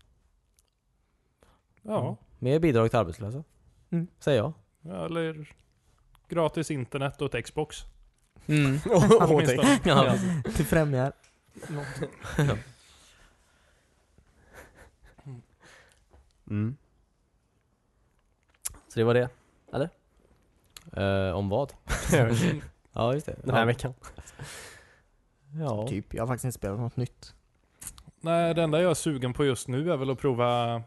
Ja. Mer bidrag till arbetslösa. Mm. Säger jag. Ja, eller gratis internet och ett Xbox. Mm. Åtminstone. Ja. Ja. Till främjar. Mm. Så det var det. Eller? Eh, om vad? Ja, just det. Den här ja. veckan. Ja. Typ, jag har faktiskt inte spelat något nytt. Nej, det enda jag är sugen på just nu är väl att prova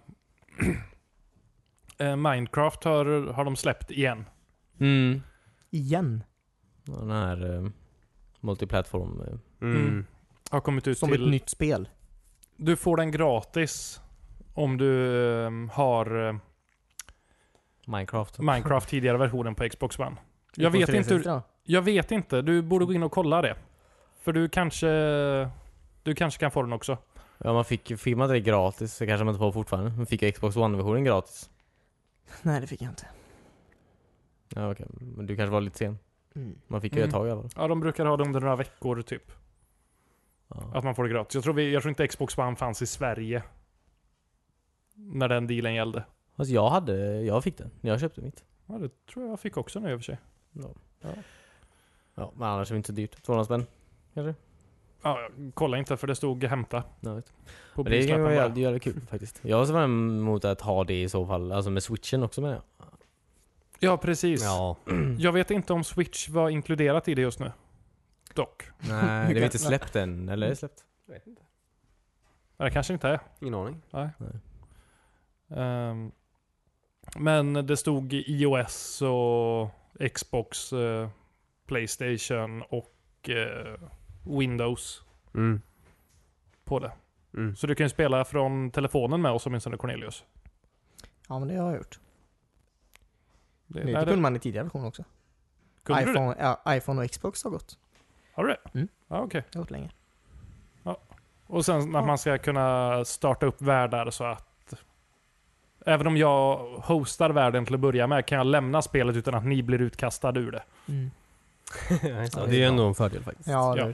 eh, Minecraft har, har de släppt igen. Mm. Igen. Ja, den här eh, multiplattform. Eh. Mm. Har kommit ut Som till... ett nytt spel. Du får den gratis om du eh, har eh, Minecraft. Minecraft tidigare versionen på Xbox One. Jag vet, inte hur, hur... jag vet inte, du borde gå in och kolla det. För du kanske du kanske kan få den också. Ja, man fick, fick man det gratis så kanske man inte får fortfarande. Man fick ju Xbox One-versionen gratis. Nej, det fick jag inte. Ja, okej. Men du kanske var lite sen. Mm. Man fick ju Mm. ett tag i alla fall. Ja, de brukar ha det under några veckor typ. Ja. Att man får det gratis. Jag tror, vi, jag tror inte Xbox One fanns i Sverige när den dealen gällde. Alltså jag hade, jag fick den. Jag köpte mitt. Ja, det tror jag fick också nu i och för sig. Ja, men annars är det inte så dyrt. tvåhundra spänn. Kanske? Ja, jag kolla inte för det stod hämta Jag vet. på Men det kan prislappen vara bara. jävligt, jävligt kul faktiskt. Jag ser fram emot att ha det i så fall. Alltså med switchen också med. Ja, precis. Ja. Jag vet inte om Switch var inkluderat i det just nu. Dock. Nej, det är inte släppt än. Eller är det släppt? Jag vet inte. Men det kanske inte är. Ingen aning. Nej. Nej. Ehm, men det stod iOS och Xbox, eh, PlayStation och eh, Windows Mm. på det. Mm. Så du kan ju spela från telefonen med oss åtminstone, Cornelius. Ja, men det har jag gjort. Det, Det, nej, det det, kunde man i tidigare version också. kunde du det? iPhone, ja, iPhone och Xbox har gått. Har du det? Mm. Ja, okej. Det har gått länge. Och sen att man ska kunna starta upp världar så att även om jag hostar världen till att börja med kan jag lämna spelet utan att ni blir utkastade ur det. Mm. Ja, det är ändå en fördel faktiskt. Ja, Ja. det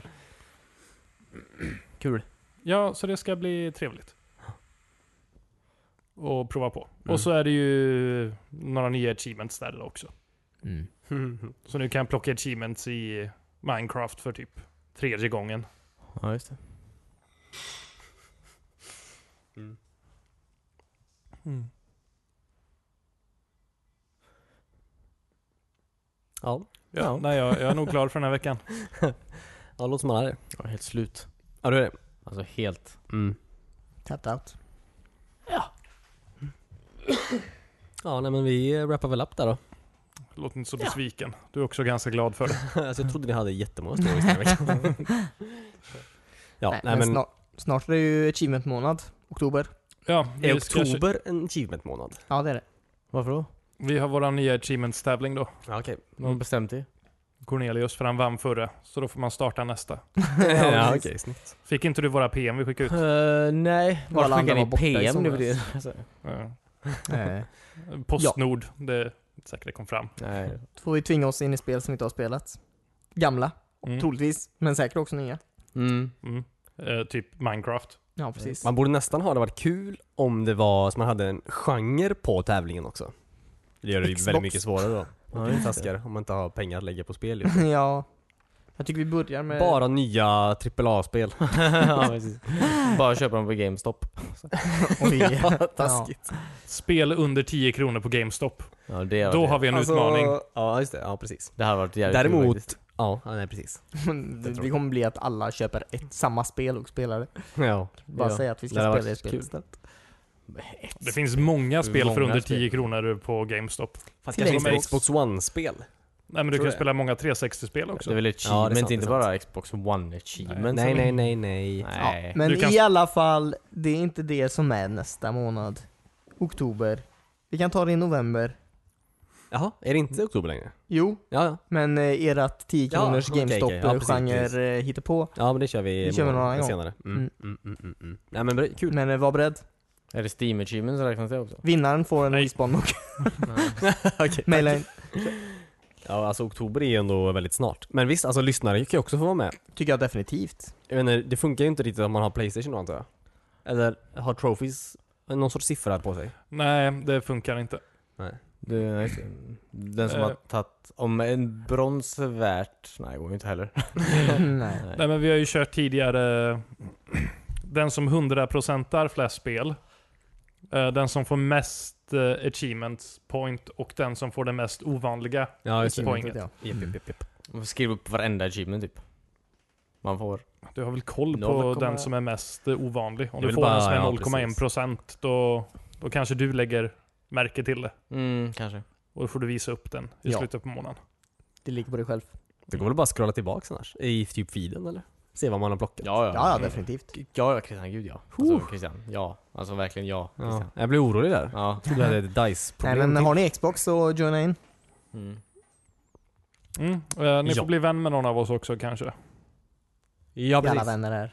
Kul. Ja, så det ska bli trevligt. Och prova på. Mm. Och så är det ju några nya achievements där också. mm. Mm. Så nu kan jag plocka achievements i Minecraft för typ tredje gången. Ja, just det. Mm. Mm. Ja. Ja, Ja. Nej, jag, jag är nog klar för den här veckan. Ja, det låter som alla det. Jag är helt slut. Ja, du är det. Alltså helt. Mm. Tapped out. Ja, nej men vi wrappar väl upp där då. Låt inte så besviken. Du är också ganska glad för det. Alltså jag trodde ni hade jättemånga stories den här veckan. Ja, nej, nej, men men snart, snart är det ju achievement-månad. Oktober. Ja, är vi, ska, oktober en achievement-månad? Ja, det är det. Varför då? vi har våra nya achievements-tävling då. Ja, okej. Man har bestämt det. Cornelius, för han vann förra. Så då får man starta nästa. Ja, okej, snyggt. Fick inte du våra P M vi skickade ut? Uh, nej, Alla var andra skickar var ni borta i P M nu somras. för det? Alltså, Ja. Eh, Postnord, det är säkert det kom fram. nej. Då får vi tvinga oss in i spel som vi inte har spelat. Gamla, Mm. troligtvis. Men säkert också nya. Mm. Mm. Eh, typ Minecraft. Ja, precis. Man borde nästan ha det varit kul om det var som man hade en genre på tävlingen också. Det gör det ju Xbox. väldigt mycket svårare då. Ja, Och just det. taskar om man inte har pengar att lägga på spel. Just. Ja. Jag tycker vi börjar med... Bara nya trippel A-spel. Ja, precis. Bara köpa dem på GameStop. Oj. Ja, taskigt. Spel under tio kronor på GameStop. Ja, det Då har vi en Alltså, utmaning. Ja, just det. Ja, precis. Det här har varit jävligt kul Däremot, faktiskt. ja, ja, nej precis. det, det kommer bli att alla köper ett samma spel och spelar det. Ja. Bara Ja. säga att vi Det ska hade spela det varit spelet kul. istället. Det finns många spel för Många under spel. tio kronor på GameStop. Fast Till kanske inte Xbox. Xbox One-spel. Nej, men du Tror kan det. spela många trehundrasextio-spel också. Det är väl Ja, achievement, det är sant, inte det är sant. bara Xbox One achievement. Nej, som nej, är- nej, nej. Nej. Men Du kan- i alla fall, det är inte det som är nästa månad. Oktober. Vi kan ta det i november. Jaha, är det inte oktober längre? Jo, Ja, ja. men eh, ert tio Ja, kronors okej, okej. Ja, precis, GameStop-genre precis. eh, hittar på. Ja, men det kör vi Det kör vi någon annan gång. senare. Mm. Mm. Mm. Mm, mm, mm. Nej men bra, kul. Men eh, var beredd. Är det Steam Achievements som räknas det också? Vinnaren får en Nej. Wii-spawn och Okej. maila in. Ja, alltså oktober är ju ändå väldigt snart. Men visst, alltså lyssnare kan ju också få vara med. Tycker jag definitivt. Jag menar, det funkar ju inte riktigt om man har PlayStation då, antar jag. Eller har trophies någon sorts siffra på sig? Nej, det funkar inte. Det, nej, just det. Den som Eh. har tagit, om en brons är värt, nej det går ju inte heller. Nej. Nej, men vi har ju kört tidigare den som hundra procentar flest spel. eh, Den som får mest eh, achievements point och den som får det mest ovanliga. Ja, just det. Poänget. Ja. Japp, japp, japp, japp. Man får skriva upp varenda achievement typ. Man får. Du har väl koll på noll komma- den som är mest eh, ovanlig. Om Det är du väl får bara- den som är ja, noll komma en precis. procent då, då kanske du lägger märke till det. Mm, kanske. Och då får du visa upp den i Ja. slutet på månaden. Det ligger på dig själv. Det går väl bara att scrolla tillbaka annars? I typ feeden eller? Se vad man har plockat. Ja, ja. Ja, ja, definitivt. Ja, ja, Christian, gud ja. Alltså Christian, ja. Alltså verkligen ja, Ja. Christian. Jag blir orolig där. Ja. Jag trodde jag hade ett Nej, dice-problem. men har ni Xbox så joina in. Mm. Mm. Eh, ni Ja. får bli vän med någon av oss också kanske. Ja, Vi alla precis. vänner här.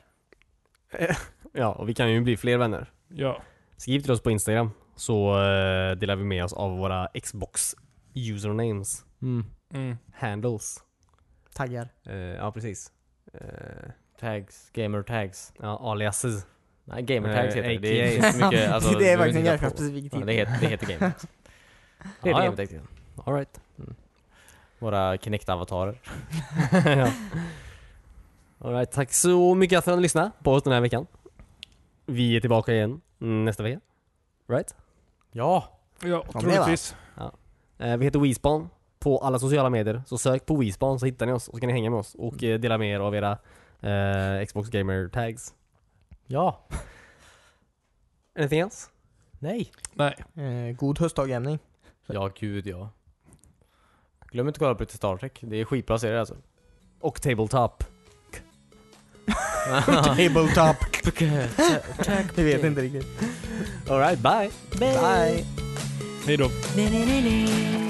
Ja, och vi kan ju bli fler vänner. Ja. Skriv till oss på Instagram så eh, delar vi med oss av våra Xbox usernames. Mm. Mm. Handles. Taggar. Eh, ja, precis. Eh, Tags, gamer tags. ja, aliases. Nej, gamer tags Eh, heter det. Det är A K inte så mycket, alltså, det är du verkligen vet inte ganska på. specifik Ja, tid. det heter, det heter gamer tags. Det heter Ja, ja. gamer tags. Ja. All right. Våra Kinect-avatarer. Ja. All right. Tack så mycket för att ni lyssnade på oss den här veckan. Vi är tillbaka igen nästa vecka. Right? Ja. Ja, va? troligtvis. Eh, vi heter WeSpawn på alla sociala medier. Så sök på WeSpawn så hittar ni oss och så kan ni hänga med oss och eh, dela med er av era eh, Xbox Gamer tags. Ja. Anything else? Nej. Nej. Eh, god höstdagjämning. Ja, gud ja. Glöm inte att kolla på lite Star Trek. Det är skitbra serier alltså. Och Tabletop. Tabletop. Vi vet inte riktigt. All right, bye. Bye. Hej då. Nej, nej, nej, nej.